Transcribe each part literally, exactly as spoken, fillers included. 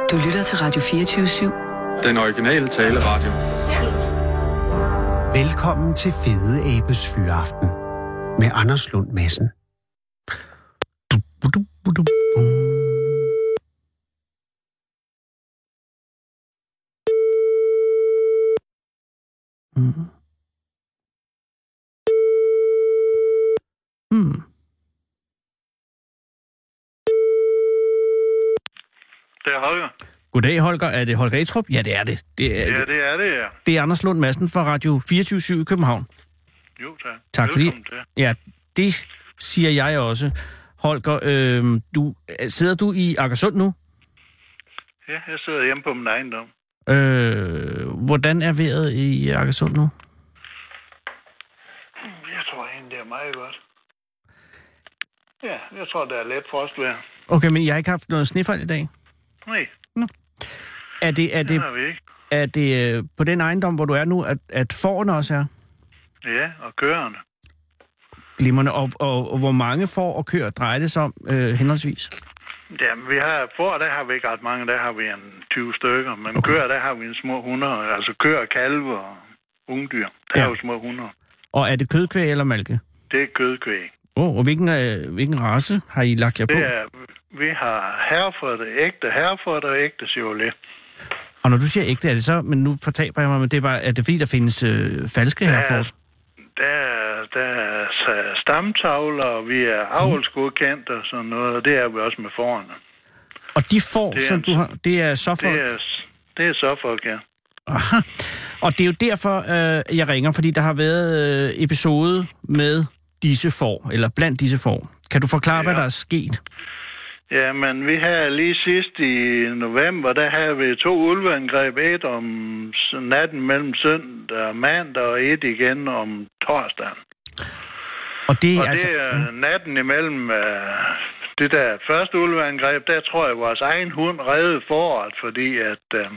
Du lytter til Radio fireogtyve syv. Den originale taleradio. Velkommen til Fede Abes Fyraften med Anders Lund Madsen. Mm. Mm. Det er Holger. Goddag, Holger. Er det Holger Etrup? Ja, det er det. det er, ja, det er det, ja. Det er Anders Lund Madsen fra Radio fireogtyve syv i København. Jo, tak. Tak fordi... Til. Ja, det siger jeg også. Holger, øh, du, sidder du i Akersund nu? Ja, jeg sidder hjemme på min ejendom. Øh, hvordan er vejret i Akersund nu? Jeg tror egentlig, det er meget godt. Ja, jeg tror, det er let frostvejr. Okay, men jeg har ikke haft noget snefald i dag? Nej. Nå. Er det, er det, det har vi ikke. Er det øh, på den ejendom, hvor du er nu, at, at fårene også er? Ja, og køerne. Glimrende. Og, og, og hvor mange får og køer drejer det sig om øh, henholdsvis? Jamen, vi har, for der har vi ikke ret mange, der har vi en tyve stykker, men okay. Køer, der har vi en små hundrede, altså køer, kalve og ungdyr, der ja. er jo små hundrede. Og er det kødkvæg eller malke? Det er kødkvæg. Oh, og hvilken, øh, hvilken race har I lagt jer på? Det er, vi har Hereford, ægte Hereford og ægte Chevrolet. Og når du siger ægte, er det så, men nu fortaber jeg mig, men det er bare, er det fordi, der findes øh, falske Hereford? Der er, der er stamtavler, og vi er avlsgodkendt og sådan noget, og det er vi også med forerne. Og de får, som du har, det er Suffolk? Det er, det er Suffolk, ja. Aha. Og det er jo derfor, øh, jeg ringer, fordi der har været øh, episode med disse får, eller blandt disse får. Kan du forklare, ja. hvad der er sket? Ja, men vi havde lige sidst i november, der havde vi to ulveangreb, et om natten mellem søndag og mandag, og et igen om torsdagen. Og det er, og altså... det er natten imellem uh, det der første ulveangreb, der tror jeg, vores egen hund reddede foråret, fordi at uh,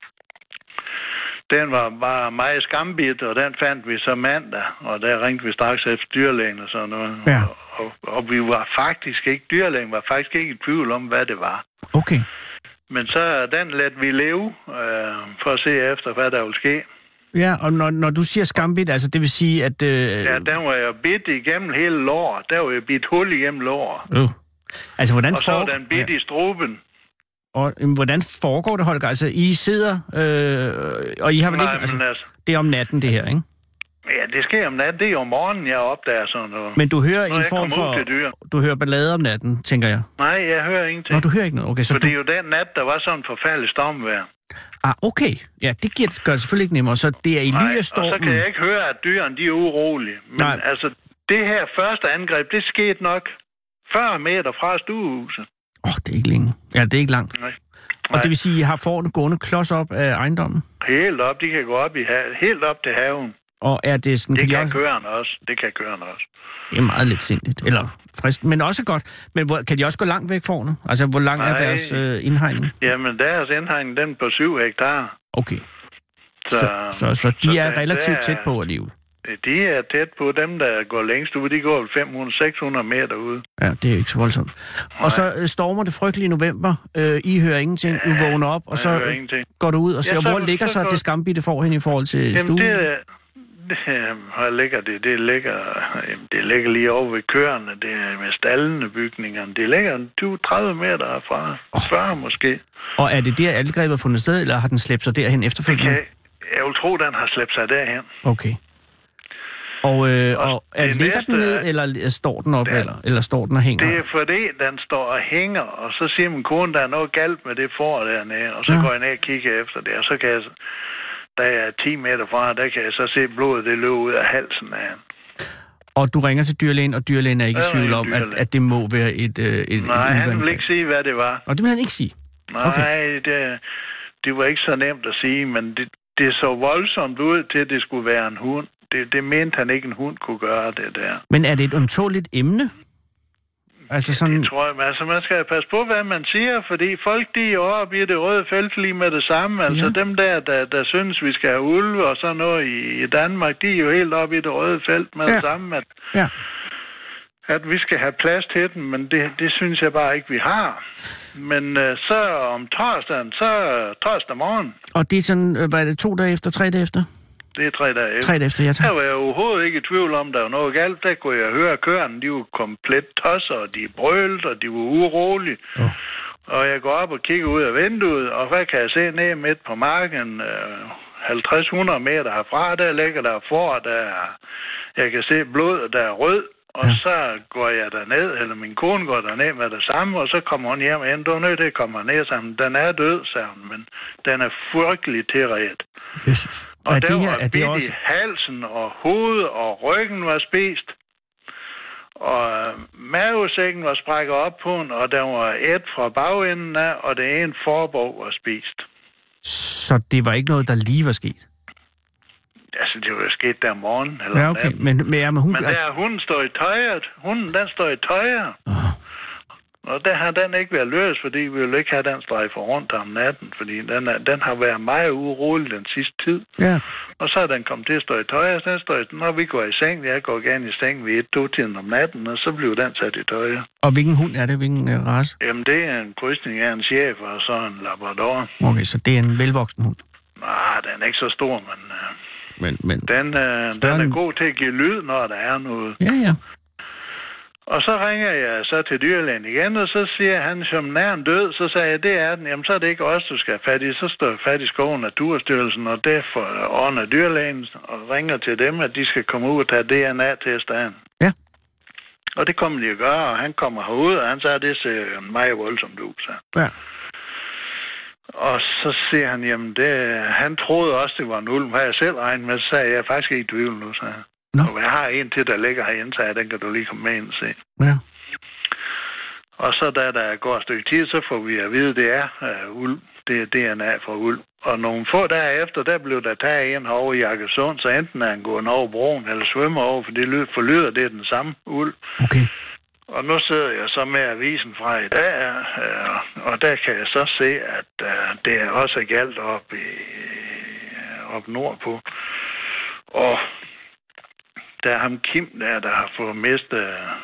den var bare meget skambit, og den fandt vi så mandag, og der ringte vi straks efter dyrlægen og sådan noget. Ja. Og, og vi var faktisk ikke, dyrlægen var faktisk ikke i tvivl om, hvad det var. Okay. Men så den let vi leve, øh, for at se efter, hvad der vil ske. Ja, og når, når du siger skambit, altså det vil sige, at... Øh... Ja, den var jo bidt igennem hele låret. Der var jo bidt hul igennem låret. Øh. Altså, hvordan og så foregår... var den bidt ja. i struben. Og øh, hvordan foregår det, Holger? Altså, I sidder, øh, og I har vel ikke... Altså, altså, det er om natten, det her, ikke? Ja, det sker om natten. Det er jo om morgenen, jeg opdager sådan noget. Men du hører en form for... Du hører ballade om natten, tænker jeg. Nej, jeg hører ingenting. Nå, du hører ikke noget? Okay, så For du... det er jo den nat, der var sådan en forfærdelig stormvejr. Ah, okay. Ja, det giver, gør det selvfølgelig ikke nemmere. Så det er i ly af stormen. Og så kan jeg ikke høre, at dyrene de er urolige. Men Nej. altså, det her første angreb, det skete nok fyrre meter fra stuehuset. Åh, oh, det er ikke længe. Ja, det er ikke langt. Nej. Og det vil sige, at I har fårene gående klods op af ejendommen? Helt op. De kan gå op i ha- helt op til haven. Og er det sådan... Det kan, kan også... køerne også. Det kan køerne også. Det er meget lidt sindigt. Eller frist, men også godt. Men hvor, kan de også gå langt væk forne? Altså, hvor lang Nej. er deres øh, indhegning? Jamen, deres indhegning, den er på syv hektar. Okay. Så, så, så, så de så er relativt er, tæt på alligevel? De er tæt på. Dem, der går længst ude, de går fem hundrede til seks hundrede meter ude. Ja, det er ikke så voldsomt. Nej. Og så øh, stormer det frygteligt i november. Øh, I hører ingenting. Ja, I vågner op, og så øh, går du ud og ser, ja, så, hvor ligger så, så det skambidte får hen i forhold til jamen, stuen? Det, Her ligger det, det ligger, det ligger lige over ved køerne, det er med stallene bygningerne. Det ligger tyve til tredive meter herfra, oh. fyrre måske. Og er det der angrebet er fundet sted, eller har den slæbt sig derhen efterfølgende? Okay. Jeg vil tro, den har slæbt sig derhen. Okay. Og, øh, og, og er, ligger næste, den ned, eller står den op, den, eller, eller står den og hænger? Det er fordi, den står og hænger, og så siger min kone, der er noget galt med det for dernede, og så ja. går jeg ned og kigger efter det, og så kan jeg... Der er ti meter fra, der kan jeg så se blodet, det løber ud af halsen af ham. Og du ringer til dyrlægen, og dyrlægen er ikke i tvivl om, at, at det må være et, et Nej, et han vil ikke sige, hvad det var. Og det vil han ikke sige? Nej, okay. det, det var ikke så nemt at sige, men det, det så voldsomt ud til, at det skulle være en hund. Det, det mente han ikke, en hund kunne gøre, det der. Men er det et ømtåligt emne? Altså sådan... Det tror jeg, altså man skal passe på, hvad man siger, fordi folk, de er oppe i det røde felt lige med det samme. Altså ja. dem der, der, der synes, vi skal have ulve og sådan noget i, i Danmark, de er jo helt oppe i det røde felt med ja. det samme. At, ja. at vi skal have plads til den, men det, det synes jeg bare ikke, vi har. Men øh, så om torsdagen, så torsdag morgen. Og det er sådan, øh, hvad er det, to dage efter, tre dage efter? Det er tre dage efter. Tre dage efter, ja tak. Her var jeg overhovedet ikke i tvivl om, der var noget galt. Der kunne jeg høre, at køerne, de var komplet tosser, og de brølede, og de var urolige. Oh. Og jeg går op og kigger ud af vinduet, og hvad kan jeg se ned midt på marken? Øh, halvtreds hundrede meter herfra, der ligger der for, der er, jeg kan se blod, der er rød. Og ja. Så går jeg derned, eller min kone går derned med det samme, og så kommer hun hjem igen. Du er nødt til at komme ned sammen. Den er død, sagde hun, men den er frygtelig tilredet. Jesus. Og er der det her, var er det også... i halsen, og hovedet og ryggen var spist. Og mavesækken var sprækket op på den, og der var et fra bagenden af, og det ene forbog var spist. Så det var ikke noget, der lige var sket? Altså, det var jo sket der om morgenen. Eller ja, okay. Men, men, ja, men, hun... men der hunden står i tøjet. Hunden, den står i tøjet. Oh. Og der har den ikke været løs, fordi vi vil ikke have den strejfer rundt om natten, fordi den, er, den har været meget urolig den sidste tid. Ja. Og så er den kommet til at stå i tøjet, så den står i, når vi går i seng, jeg går gerne i seng ved et-to-tiden om natten, og så bliver den sat i tøjet. Og hvilken hund er det? Hvilken uh, race? Jamen, det er en krydsning af en chef og så en labrador. Okay, så det er en velvoksen hund? Nej, den er ikke så stor, men... Uh, men, men den, uh, den er god til at give lyd, når der er noget. Ja, ja. Og så ringer jeg så til dyrlægen igen, og så siger han, som næren død, så sagde jeg, det er den. Jamen, så er det ikke os, du skal have fat i. Så står jeg fat i skoven Naturstyrelsen, og derfor ordner dyrlægen og ringer til dem, at de skal komme ud og tage D N A-test af. Ja. Og det kommer de at gøre, og han kommer herud, og han sagde, det ser meget voldsomt ud, så. Ja. Og så siger han, jamen, det, han troede også, det var en ulv, hvad jeg selv regnede med, så sagde jeg, jeg er faktisk ikke i tvivl nu, så. No. Og jeg har en til, der ligger herinde, så den kan du lige komme med ind og se. Ja. Og så da der går et stykke tid, så får vi at vide, at det er uh, ulv. Det er D N A fra ulv. Og nogle få dage efter, der blev der taget en over i Akersund, så enten er han gået over broen eller svømmer over, for det forlyder, det er den samme ulv. Okay. Og nu sidder jeg så med avisen fra i dag, uh, og der kan jeg så se, at uh, det er også galt op, i, op nordpå. Og der er ham Kim, der, der har fået mistet,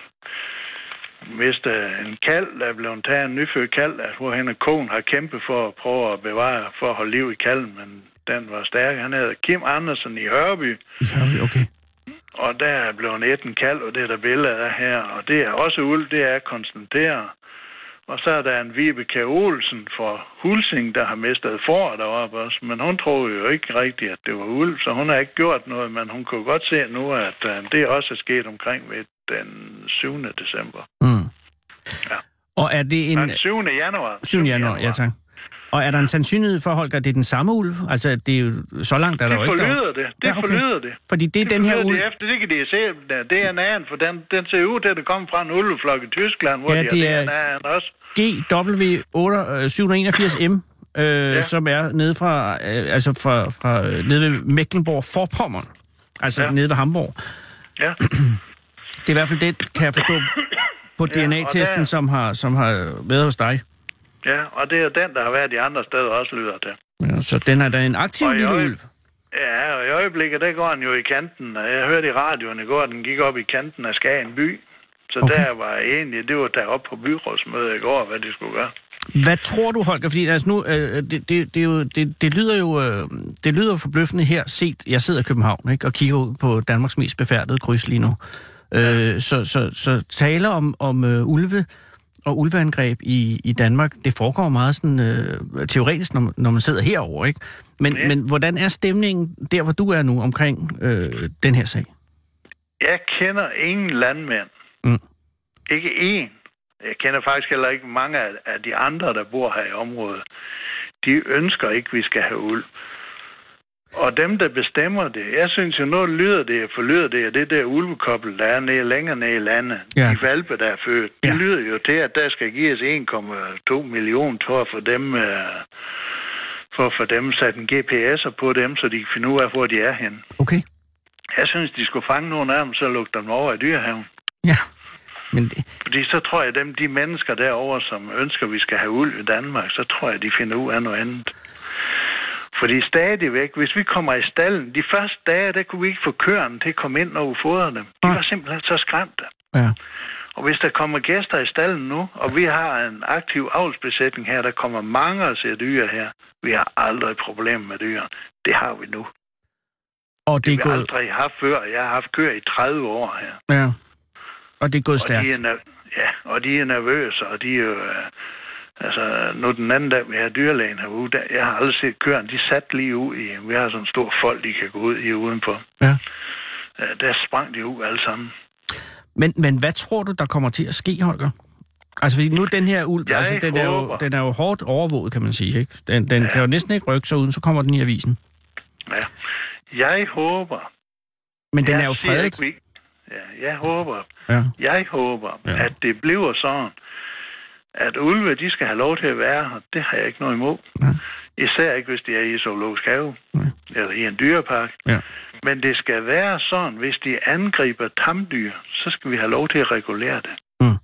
mistet en kalv, der er blevet taget en nyfødt kalv, hvor hende konen har kæmpet for at prøve at bevare, for at holde liv i kalven, men den var stærk. Han hedder Kim Andersen i Hørby. I Hørby, okay. Og der er blevet et en kalv, og det er der billeder af her. Og det er også ulv, det er konstateret. Og så er der en Vibeke Olsen fra Hulsing, der har mistet får deroppe også. Men hun troede jo ikke rigtigt, at det var ulv, så hun har ikke gjort noget. Men hun kunne godt se nu, at uh, det også er sket omkring ved den syvende december. Mm. Ja. Og er det en... Den syvende januar. syvende januar, ja tak. Og er der en sandsynlighed for, Holger, det er den samme ulv? Altså, det er jo så langt, er der jo ikke... Det forlyder det. Det ja, okay. forlyder det. Fordi det er den her ulv... Det, efter, det kan de se, D N A'en, for den, den ser ud til, at det kommer fra en ulveflok i Tyskland, hvor ja, de det har er D N A'en også. G W syv enogfirs M, øh, ja. Som er nede fra, øh, altså fra, fra nede ved Mecklenburg-Vorpommern. Altså ja. Nede ved Hamburg. Ja. Det er i hvert fald det, kan jeg forstå, på D N A-testen, ja, som, har, som har været hos dig. Ja, og det er den, der har været de andre steder også, lyder det. Ja, så den er da en aktiv lille øje... ulv. Ja, og i øjeblikket, der går den jo i kanten. Jeg hørte i radioen i går, at den gik op i kanten af Skagen by. Så okay. Der var egentlig, det var deroppe på byrådsmødet i går, hvad de skulle gøre. Hvad tror du, Holger? Fordi altså nu, øh, det, det, det, er jo, det, det lyder jo øh, det lyder forbløffende her set. Jeg sidder i København, ikke, og kigger ud på Danmarks mest befærdede kryds lige nu. Øh, så, så, så taler om, om øh, ulve og ulveangreb i, i Danmark, det foregår meget sådan øh, teoretisk, når, når man sidder herovre, ikke? Men, ja. men hvordan er stemningen der, hvor du er nu, omkring øh, den her sag? Jeg kender ingen landmænd. Mm. Ikke én. Jeg kender faktisk heller ikke mange af, af de andre, der bor her i området. De ønsker ikke, at vi skal have ulv. Og dem, der bestemmer det, jeg synes jo, noget lyder det, forlyder det, at det der ulvekobbel, der er nede, længere nede i landet, ja. De valpe, der er født, ja. Det lyder jo til, at der skal gives en komma to millioner tår for dem, for at få dem sat en G P S'er på dem, så de kan finde ud af, hvor de er henne. Okay. Jeg synes, de skulle fange nogle af dem, så lukke dem over i dyrehaven. Ja. Men det... Fordi så tror jeg, at dem, de mennesker derovre, som ønsker, at vi skal have ulv i Danmark, så tror jeg, de finder ud af noget andet. Fordi stadigvæk, hvis vi kommer i stallen, de første dage, der kunne vi ikke få køerne til at komme ind, når vi fodrede dem. De var simpelthen så skræmte. Ja. Og hvis der kommer gæster i stallen nu, og vi har en aktiv avlsbesætning her, der kommer mange og ser dyr her, vi har aldrig problemer med dyr. Det har vi nu. Og det, det er gået... vi aldrig haft før. Jeg har haft køer i tredive år her. Ja, og det er gået og stærkt. De er nerv- ja, og de er nervøse, og de er jo... Øh, altså, nu den anden dag, vi har dyrlægen herude, der, jeg har aldrig set køerne, de sat lige ud i... Vi har sådan en stor fold, de kan gå ud i udenpå. Ja. Øh, der sprang de ud alle sammen. Men, men hvad tror du, der kommer til at ske, Holger? Altså, fordi nu den her ulv, altså, den, er jo, den er jo hårdt overvåget, kan man sige, ikke? Den, den ja. kan jo næsten ikke rykke sig uden, så kommer den i avisen. Ja. Jeg håber... Men den jeg er jo fredet. Ikke, ja, jeg håber... Ja. Jeg håber, ja. at det bliver sådan, at ulve, de skal have lov til at være her. Det har jeg ikke noget imod. Ja. Især ikke, hvis de er i zoologisk have. Ja. Eller i en dyrepark. Ja. Men det skal være sådan, hvis de angriber tamdyr, så skal vi have lov til at regulere det. Mm.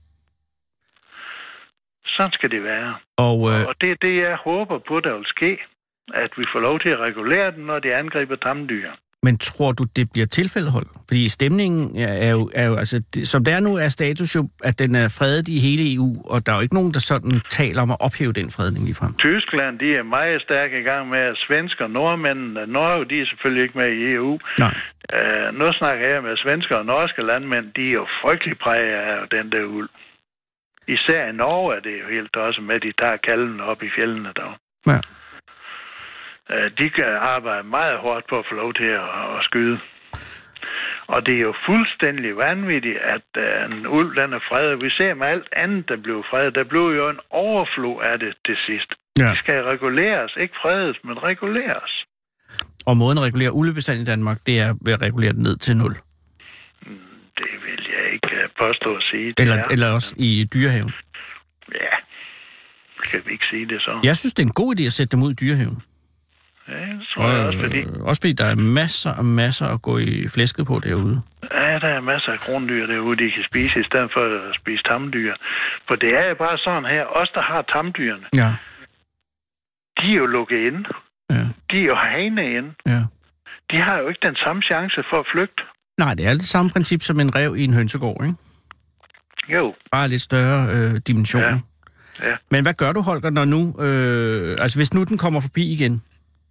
Sådan skal det være. Og, øh... og det er det, jeg håber på, der vil ske. At vi får lov til at regulere den, når de angriber tamdyr. Men tror du, det bliver tilfældet, Holger? Fordi stemningen er jo, er jo altså, det, som der nu er status jo, at den er fredet i hele E U, og der er jo ikke nogen, der sådan taler om at ophæve den fredning ligefrem. Tyskland, de er meget stærke i gang med, at svensker og nordmænd, Norge, de er selvfølgelig ikke med i E U. Nej. Uh, nu snakker jeg med svensker og norske landmænd, de er jo frygtelig præget af den der ulv. Især i Norge er det jo helt også med, at de tager kalven op i fjellene der. Ja. De kan arbejde meget hårdt på at få lov til at, at skyde. Og det er jo fuldstændig vanvittigt, at uh, en ulv, den er fredet. Vi ser med alt andet, der blev fredet. Der blev jo en overflod af det til sidst. Ja. Det skal reguleres. Ikke fredes, men reguleres. Og måden at regulere ulvebestanden i Danmark, det er ved at regulere den ned til nul. Det vil jeg ikke påstå at sige. Eller, eller også i dyrehaven. Ja, kan vi ikke sige det så. Jeg synes, det er en god idé at sætte dem ud i dyrehaven. Ja, det tror jeg også, fordi... Også fordi der er masser og masser at gå i flæsket på derude. Ja, der er masser af krondyr derude, de kan spise, i stedet for at spise tamdyr. For det er jo bare sådan her, os der har tamdyrene, ja. de er jo lukket ind. Ja. De er jo hegnet ind. Ja. De har jo ikke den samme chance for at flygte. Nej, det er det samme princip som en ræv i en hønsegård, ikke? Jo. Bare lidt større øh, dimensioner. Ja. Ja. Men hvad gør du, Holger, når nu... Øh, altså, hvis nu den kommer forbi igen?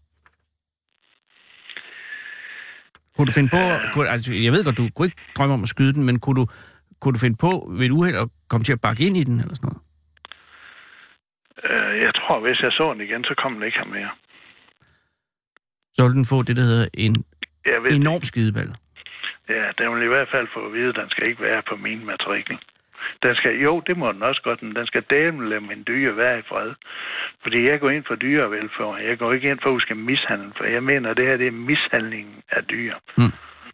Kunne du finde på... Uh, kunne, altså, jeg ved godt, du kunne ikke drømme om at skyde den, men kunne du, kunne du finde på ved et uheld at komme til at bakke ind i den, eller sådan noget? Uh, jeg tror, hvis jeg så den igen, så kommer den ikke her mere. Så vil den få det, der hedder en enorm skideball. Ja, den vil i hvert fald få at vide, at den skal ikke være på min matrikel. Den skal, jo, det må den også godt, men den skal dæmme lade min dyr være i fred. Fordi jeg går ind for dyrevelfærd. Jeg går ikke ind for, at vi skal mishandle, for jeg mener, at det her det er mishandling af dyr. Mm.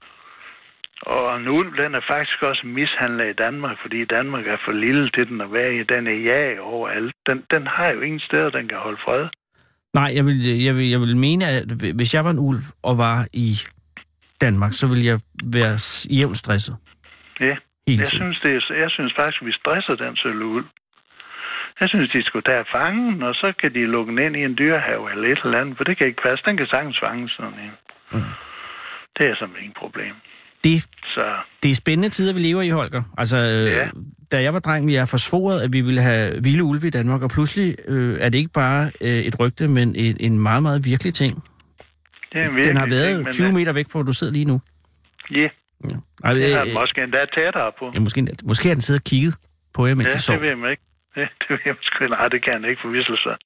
Og en ulv, den er faktisk også mishandlet i Danmark, fordi Danmark er for lille til den at være i. Den er jag overalt. Den, den har jo ingen steder, den kan holde fred. Nej, jeg vil, jeg, vil, jeg vil mene, at hvis jeg var en ulv og var i Danmark, så ville jeg være jævnt stresset. Ja. Jeg synes, det er, jeg synes faktisk, at vi stresser den sølle ulv. Jeg synes, de skulle tage fangen, og så kan de lukke den ind i en dyrehave eller et eller andet, for det kan ikke passe. Den kan sagtens fange sådan en. Mm. Det er simpelthen ingen problem. Det, så. det er spændende tider, vi lever i, Holger. Altså, ja. Da jeg var dreng, jeg forsvoret, at vi ville have vilde ulve i Danmark, og pludselig øh, er det ikke bare øh, et rygte, men en, en meget, meget virkelig ting. Det er en virkelig Den har været ting, tyve meter væk fra, hvor du sidder lige nu. Yeah. Ja. Ej, det er måske endda tættere på. Ja, måske, måske har den siddet og kigget på jer, mens ja, jeg sov. det ved jeg ikke. Ja, det ved jeg måske. Nej, det kan han ikke forvisse sig.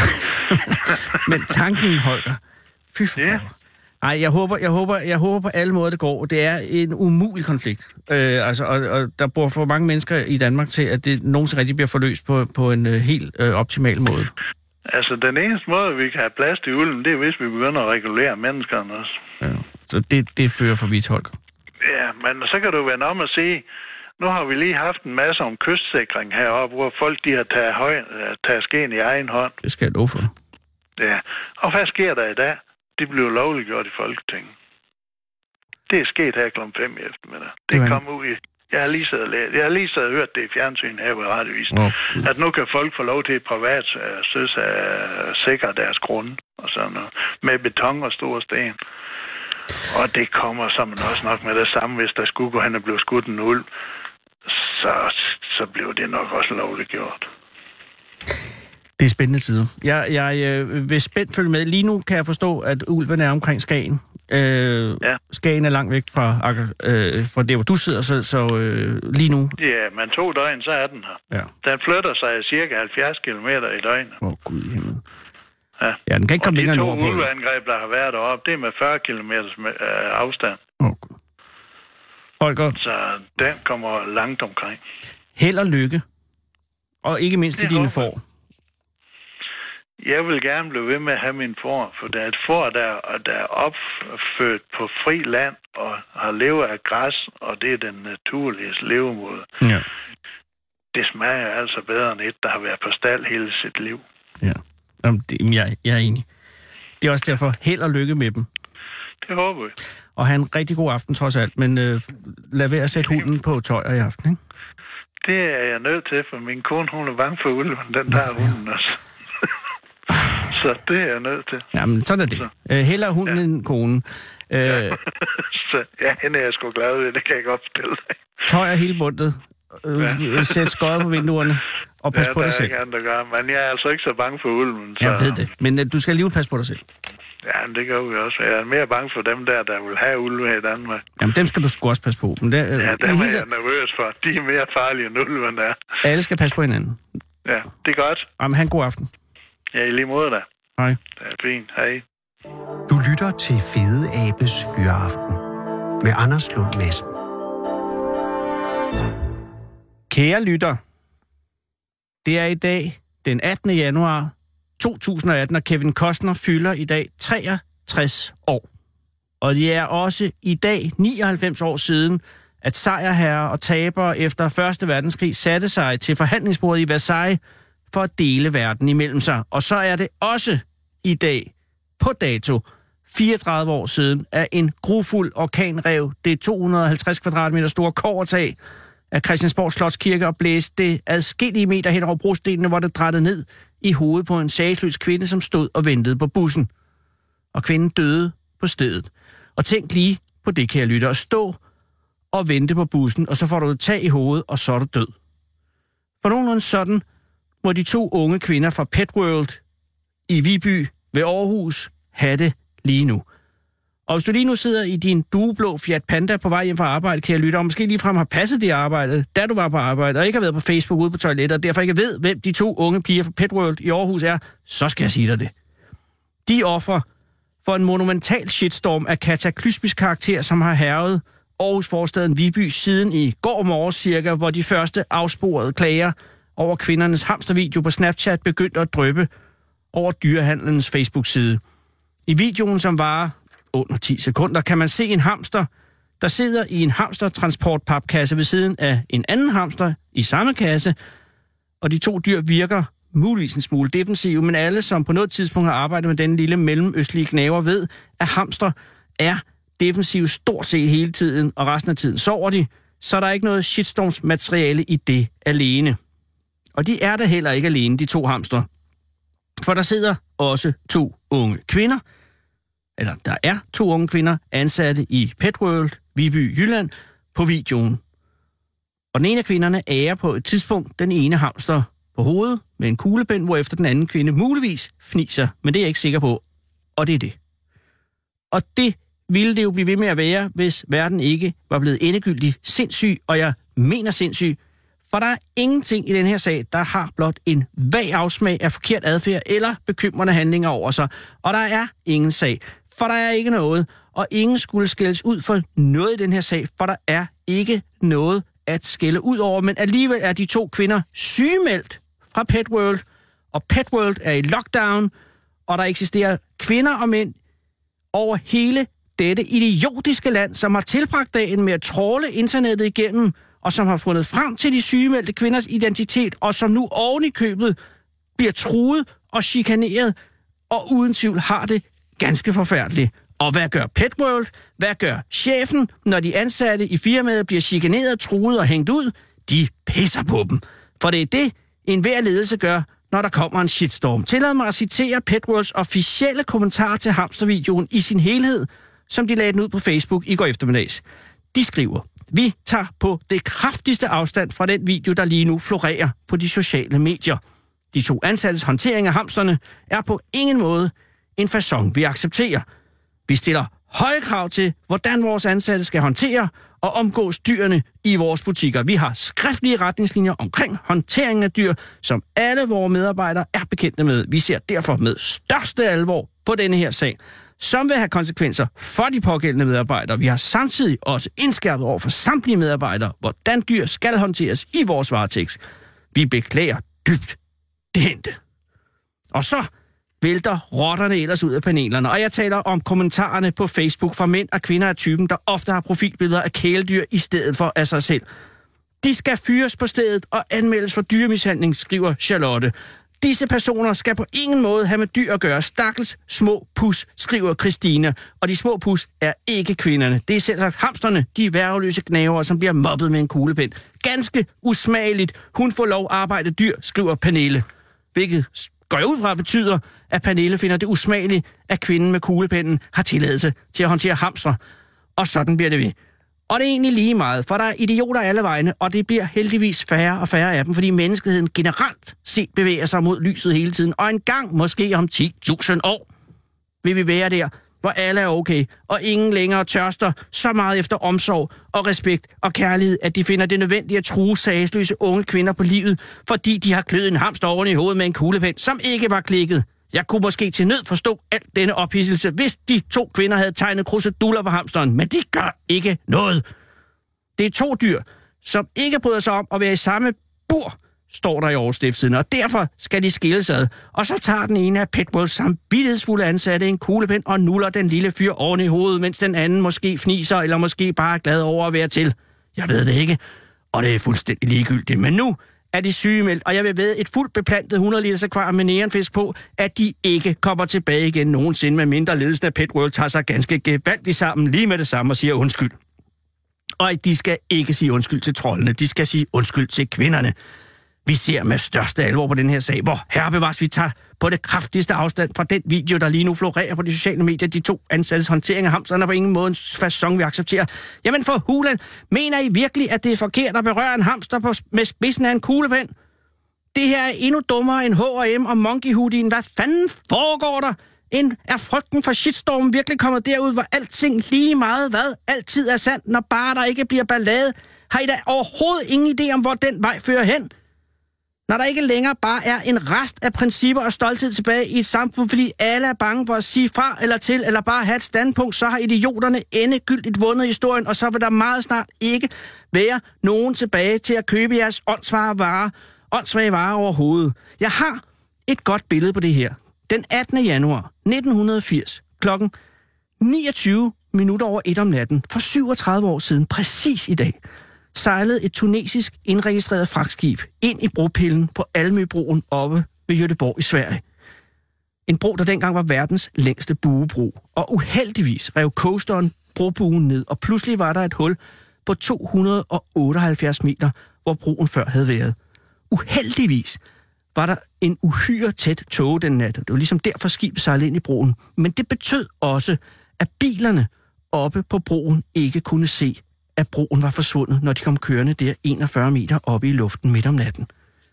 Men tanken, Holger. Fy for yeah. Ej, jeg håber, jeg, håber, jeg håber på alle måder, det går. Det er en umulig konflikt. Øh, altså, og, og der bor for mange mennesker i Danmark til, at det nogensinde rigtig bliver forløst på, på en uh, helt uh, optimal måde. Altså, den eneste måde, vi kan have plads til ulden, det er, hvis vi begynder at regulere menneskerne også. Ja, så det, det fører for vidt, Holger. Ja, men så kan du vende om og sige, nu har vi lige haft en masse om kystsikring heroppe, hvor folk de har taget, høj, taget skeen i egen hånd. Det skal jeg love for. Ja, og hvad sker der i dag? Det blev lovliggjort i Folketinget. Det er sket her klokken fem i eftermiddag. Det, det kom ud i... Jeg har lige siddet og læst. Jeg har lige siddet og hørt det i fjernsyn her ved radiovisen. Oh, at nu kan folk få lov til privat uh, søs at sikre deres grunde og sådan noget. Med beton og store sten. Og det kommer som også nok med det samme, hvis der skulle gå hen og blive skudt en ulv. så, så blev det nok også lovligt gjort. Det er spændende tider. Jeg, jeg øh, vil spændt følge med. Lige nu kan jeg forstå, at ulven er omkring Skagen. Øh, ja. Skagen er langt væk fra, øh, fra det, hvor du sidder, så, så øh, lige nu... Ja, men to døgn, så er den her. Ja. Den flytter sig cirka halvfjerds kilometer i døgnet. Åh, oh, Gud i himlen. Ja. Ja, den kan ikke komme længere nordpå. Og de to ulveangreb, der har været deroppe, det er med fyrre kilometers øh, afstand. Åh, oh, Gud. Holger. Så den kommer langt omkring. Held og lykke. Og ikke mindst til dine får. Jeg vil gerne blive ved med at have min får, for der er et får, der, der er opfødt på fri land og har levet af græs, og det er den naturlige levemåde. Ja. Det smager altså bedre end et, der har været på stald hele sit liv. Ja, Jamen, det, jeg, jeg er enig. Det er også derfor held og lykke med dem. Det håber jeg. Og have en rigtig god aften trods alt, men øh, lad være at sætte hunden på tøjer i aften, ikke? Det er jeg nødt til, for min kone, hun er bange for ulven, den der hunden også. Så det er jeg nødt til. Jamen, sådan er det. Øh, heller hunden ja. end konen. Øh, ja. Så ja, hende er jeg sgu glad ved, det kan jeg godt fortælle dig. Tøjer hele bundet. Øh, ja. Sæt skøjer på vinduerne. Og pas ja, på dig selv. Ja, der gør. Men jeg er altså ikke så bange for ulven. Så... Jeg ved det. Men øh, du skal alligevel passe på dig selv. Ja, men det gør vi også. Jeg er mere bange for dem der, der vil have ulve i Danmark. Jamen, dem skal du sgu også passe på. Men der, ja, dem er jeg nervøs for. De er mere farlige end ulven der. Alle skal passe på hinanden. Ja, det er godt. Jamen, have en god aften. Ja, i lige måde da. Hej. Det er fint. Hej. Du lytter til Fede Abes Fyraften med Anders Lund Madsen. Kære lytter, det er i dag den attende januar to tusind og atten, og Kevin Costner fylder i dag treogtres år. Og det er også i dag nioghalvfems år siden, at sejrherrer og tabere efter første verdenskrig satte sig til forhandlingsbordet i Versailles for at dele verden imellem sig. Og så er det også i dag, på dato, fireogtredive år siden, at en grufuld orkanrev det to hundrede og halvtreds kvadratmeter store kobbertag af Christiansborg Slotskirke og blæste det adskillige meter hen over brostenene, hvor det drættede ned i hovedet på en sagesløs kvinde, som stod og ventede på bussen. Og kvinden døde på stedet. Og tænk lige på det, kære lytter, at stå og vente på bussen, og så får du et tag i hovedet, og så er du død. For nogenlunde sådan må de to unge kvinder fra Pet World i Viby ved Aarhus have det lige nu. Og hvis du lige nu sidder i din dueblå Fiat Panda på vej hjem fra arbejde, kære lytter, og måske ligefrem har passet det arbejde, da du var på arbejde, og ikke har været på Facebook ude på toilettet, og derfor ikke ved, hvem de to unge piger fra Pet World i Aarhus er, så skal jeg sige dig det. De offer for en monumental shitstorm af kataklysmisk karakter, som har hærget Aarhus forstaden Viby siden i går morges cirka, hvor de første afsporede klager over kvindernes hamstervideo på Snapchat begyndte at dryppe over dyrehandlens Facebook-side. I videoen, som varer under ti sekunder, kan man se en hamster, der sidder i en hamstertransportpapkasse ved siden af en anden hamster i samme kasse, og de to dyr virker muligvis en smule defensive, men alle, som på noget tidspunkt har arbejdet med den lille mellemøstlige knæver, ved, at hamster er defensive stort set hele tiden, og resten af tiden sover de, så der er ikke noget shitstorms-materiale i det alene. Og de er der heller ikke alene, de to hamster. For der sidder også to unge kvinder, eller der er to unge kvinder ansatte i Pet World, Viby, Jylland, på videoen. Og den ene af kvinderne ærer på et tidspunkt den ene hamster på hovedet med en kuglepen, hvorefter den anden kvinde muligvis fniser, men det er jeg ikke sikker på. Og det er det. Og det ville det jo blive ved med at være, hvis verden ikke var blevet endegyldigt sindssyg, og jeg mener sindssyg, for der er ingenting i den her sag, der har blot en vag afsmag af forkert adfærd eller bekymrende handlinger over sig. Og der er ingen sag, for der er ikke noget, og ingen skulle skældes ud for noget i den her sag, for der er ikke noget at skælde ud over. Men alligevel er de to kvinder sygemeldt fra Pet World, og Pet World er i lockdown, og der eksisterer kvinder og mænd over hele dette idiotiske land, som har tilbragt dagen med at tråle internettet igennem, og som har fundet frem til de sygemeldte kvinders identitet, og som nu oven i købet bliver truet og chikaneret, og uden tvivl har det ganske forfærdeligt. Og hvad gør Pet World? Hvad gør chefen, når de ansatte i firmaet bliver chikaneret, truet og hængt ud? De pisser på dem. For det er det, enhver ledelse gør, når der kommer en shitstorm. Tillad mig at citere Pet Worlds officielle kommentar til hamstervideoen i sin helhed, som de lagde den ud på Facebook i går eftermiddags. De skriver: Vi tager på det kraftigste afstand fra den video, der lige nu florerer på de sociale medier. De to ansattes håndtering af hamsterne er på ingen måde en facon, vi accepterer. Vi stiller høje krav til, hvordan vores ansatte skal håndtere og omgås dyrene i vores butikker. Vi har skriftlige retningslinjer omkring håndteringen af dyr, som alle vores medarbejdere er bekendte med. Vi ser derfor med største alvor på denne her sag, som vil have konsekvenser for de pågældende medarbejdere. Vi har samtidig også indskærpet over for samtlige medarbejdere, hvordan dyr skal håndteres i vores varetægt. Vi beklager dybt det hente. Og så vælter rotterne ellers ud af panelerne, og jeg taler om kommentarerne på Facebook fra mænd og kvinder af typen, der ofte har profilbilleder af kæledyr i stedet for af sig selv. De skal fyres på stedet og anmeldes for dyremishandling, skriver Charlotte. Disse personer skal på ingen måde have med dyr at gøre. Stakkels små pus, skriver Christine. Og de små pus er ikke kvinderne. Det er selvsagt hamsterne, de værgeløse gnavere, som bliver mobbet med en kuglepen. Ganske usmageligt. Hun får lov at arbejde dyr, skriver Pernille. Hvilket går jeg ud fra betyder, at Pernille finder det usmageligt, at kvinden med kuglepennen har tilladelse til at håndtere hamstre. Og sådan bliver det ved. Og det er egentlig lige meget, for der er idioter alle vegne, og det bliver heldigvis færre og færre af dem, fordi menneskeheden generelt set bevæger sig mod lyset hele tiden, og en gang, måske om ti tusind år, vil vi være der, hvor alle er okay, og ingen længere tørster så meget efter omsorg og respekt og kærlighed, at de finder det nødvendigt at true sagesløse unge kvinder på livet, fordi de har kløet en hamster oven i hovedet med en kuglepen, som ikke var klikket. Jeg kunne måske til nød forstå alt denne ophidselse, hvis de to kvinder havde tegnet kruseduller på hamsteren, men de gør ikke noget. Det er to dyr, som ikke bryder sig om at være i samme bur, står der i overstiftstiden, og derfor skal de skilles ad. Og så tager den ene af Petworlds samvittighedsfulde ansatte en kuglepen og nuller den lille fyr oven i hovedet, mens den anden måske fniser, eller måske bare er glad over at være til. Jeg ved det ikke, og det er fuldstændig ligegyldigt, men nu er de sygemeldt, og jeg vil vædde et fuldt beplantet hundrede liters akvarium med neonfisk på, at de ikke kommer tilbage igen nogensinde, med mindre ledelsen af Petworld tager sig ganske gevaldigt sammen lige med det samme og siger undskyld. Og de skal ikke sige undskyld til troldene, de skal sige undskyld til kvinderne. Vi ser med største alvor på den her sag, hvor herrebevares vi tager på det kraftigste afstand fra den video, der lige nu florerer på de sociale medier. De to ansattes håndtering af hamsterne på ingen måde en facon, vi accepterer. Jamen for hulen, mener I virkelig, at det er forkert at berøre en hamster på, med spidsen af en kuglepen? Det her er endnu dummere end H og M og Monkey Hoodien. Hvad fanden foregår der? En, er frygten for shitstormen virkelig kommet derud, hvor alting lige meget hvad altid er sandt, når bare der ikke bliver ballade? Har I da overhovedet ingen idé om, hvor den vej fører hen? Når der ikke længere bare er en rest af principper og stolthed tilbage i et samfund, fordi alle er bange for at sige fra eller til, eller bare have et standpunkt, så har idioterne endegyldigt vundet historien, og så vil der meget snart ikke være nogen tilbage til at købe jeres åndssvage varer, åndssvage varer overhovedet. Jeg har et godt billede på det her. Den attende januar nitten firs, klokken niogtyve minutter over et om natten, for syvogtredive år siden, præcis i dag, sejlede et tunesisk indregistreret fragtskib ind i bropillen på Almøbroen oppe ved Göteborg i Sverige. En bro, der dengang var verdens længste buebro. Og uheldigvis rev coasteren brobuen ned, og pludselig var der et hul på to hundrede otteoghalvfjerds meter, hvor broen før havde været. Uheldigvis var der en uhyre tæt tåge den nat. Det var ligesom derfor skibet sejlede ind i broen. Men det betød også, at bilerne oppe på broen ikke kunne se, at broen var forsvundet, når de kom kørende der enogfyrre meter oppe i luften midt om natten.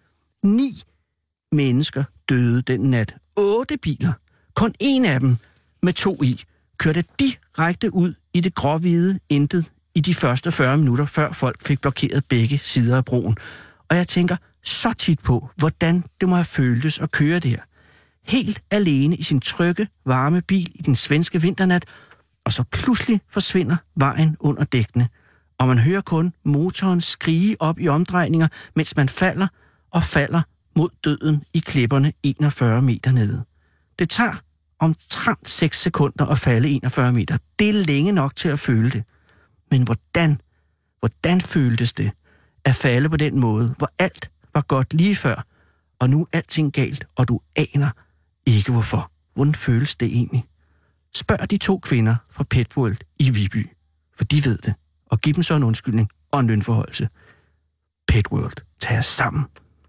Ni mennesker døde den nat. Otte biler, kun en af dem med to i, kørte direkte ud i det gråhvide intet i de første fyrre minutter, før folk fik blokeret begge sider af broen. Og jeg tænker så tit på, hvordan det må have føltes at køre der. Helt alene i sin trygge, varme bil i den svenske vinternat, og så pludselig forsvinder vejen under dækkene. Og man hører kun motoren skrige op i omdrejninger, mens man falder og falder mod døden i klipperne enogfyrre meter nede. Det tager omtrent seks sekunder at falde enogfyrre meter. Det er længe nok til at føle det. Men hvordan, hvordan føltes det at falde på den måde, hvor alt var godt lige før, og nu er alting galt, og du aner ikke hvorfor? Hvordan føles det egentlig? Spørg de to kvinder fra Petworld i Viby, for de ved det. Og giv dem så en undskyldning og en lønforholdelse. Petworld, tag os sammen.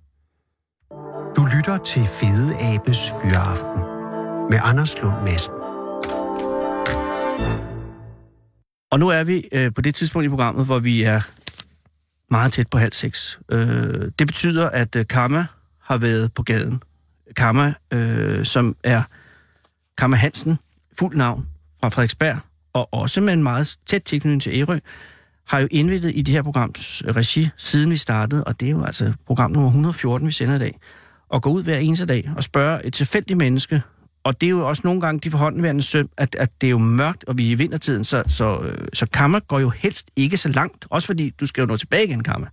Du lytter til Fede Abes Fyraften med Anders Lund Madsen. Og nu er vi øh, på det tidspunkt i programmet, hvor vi er meget tæt på halv seks. Øh, det betyder, at øh, Kamma har været på gaden. Kamma, øh, som er Kamma Hansen, fuld navn, fra Frederiksberg, og også med en meget tæt tilknytning til Ærø, har jo indvidet i det her programs regi, siden vi startede, og det er jo altså program nummer et hundrede og fjorten, vi sender i dag, og går ud hver eneste dag og spørger et tilfældigt menneske, og det er jo også nogle gange de forhåndenværende søm, at, at det er jo mørkt, og vi er i vintertiden, så, så, så Kamma går jo helst ikke så langt, også fordi du skal jo nå tilbage igen, Kamma.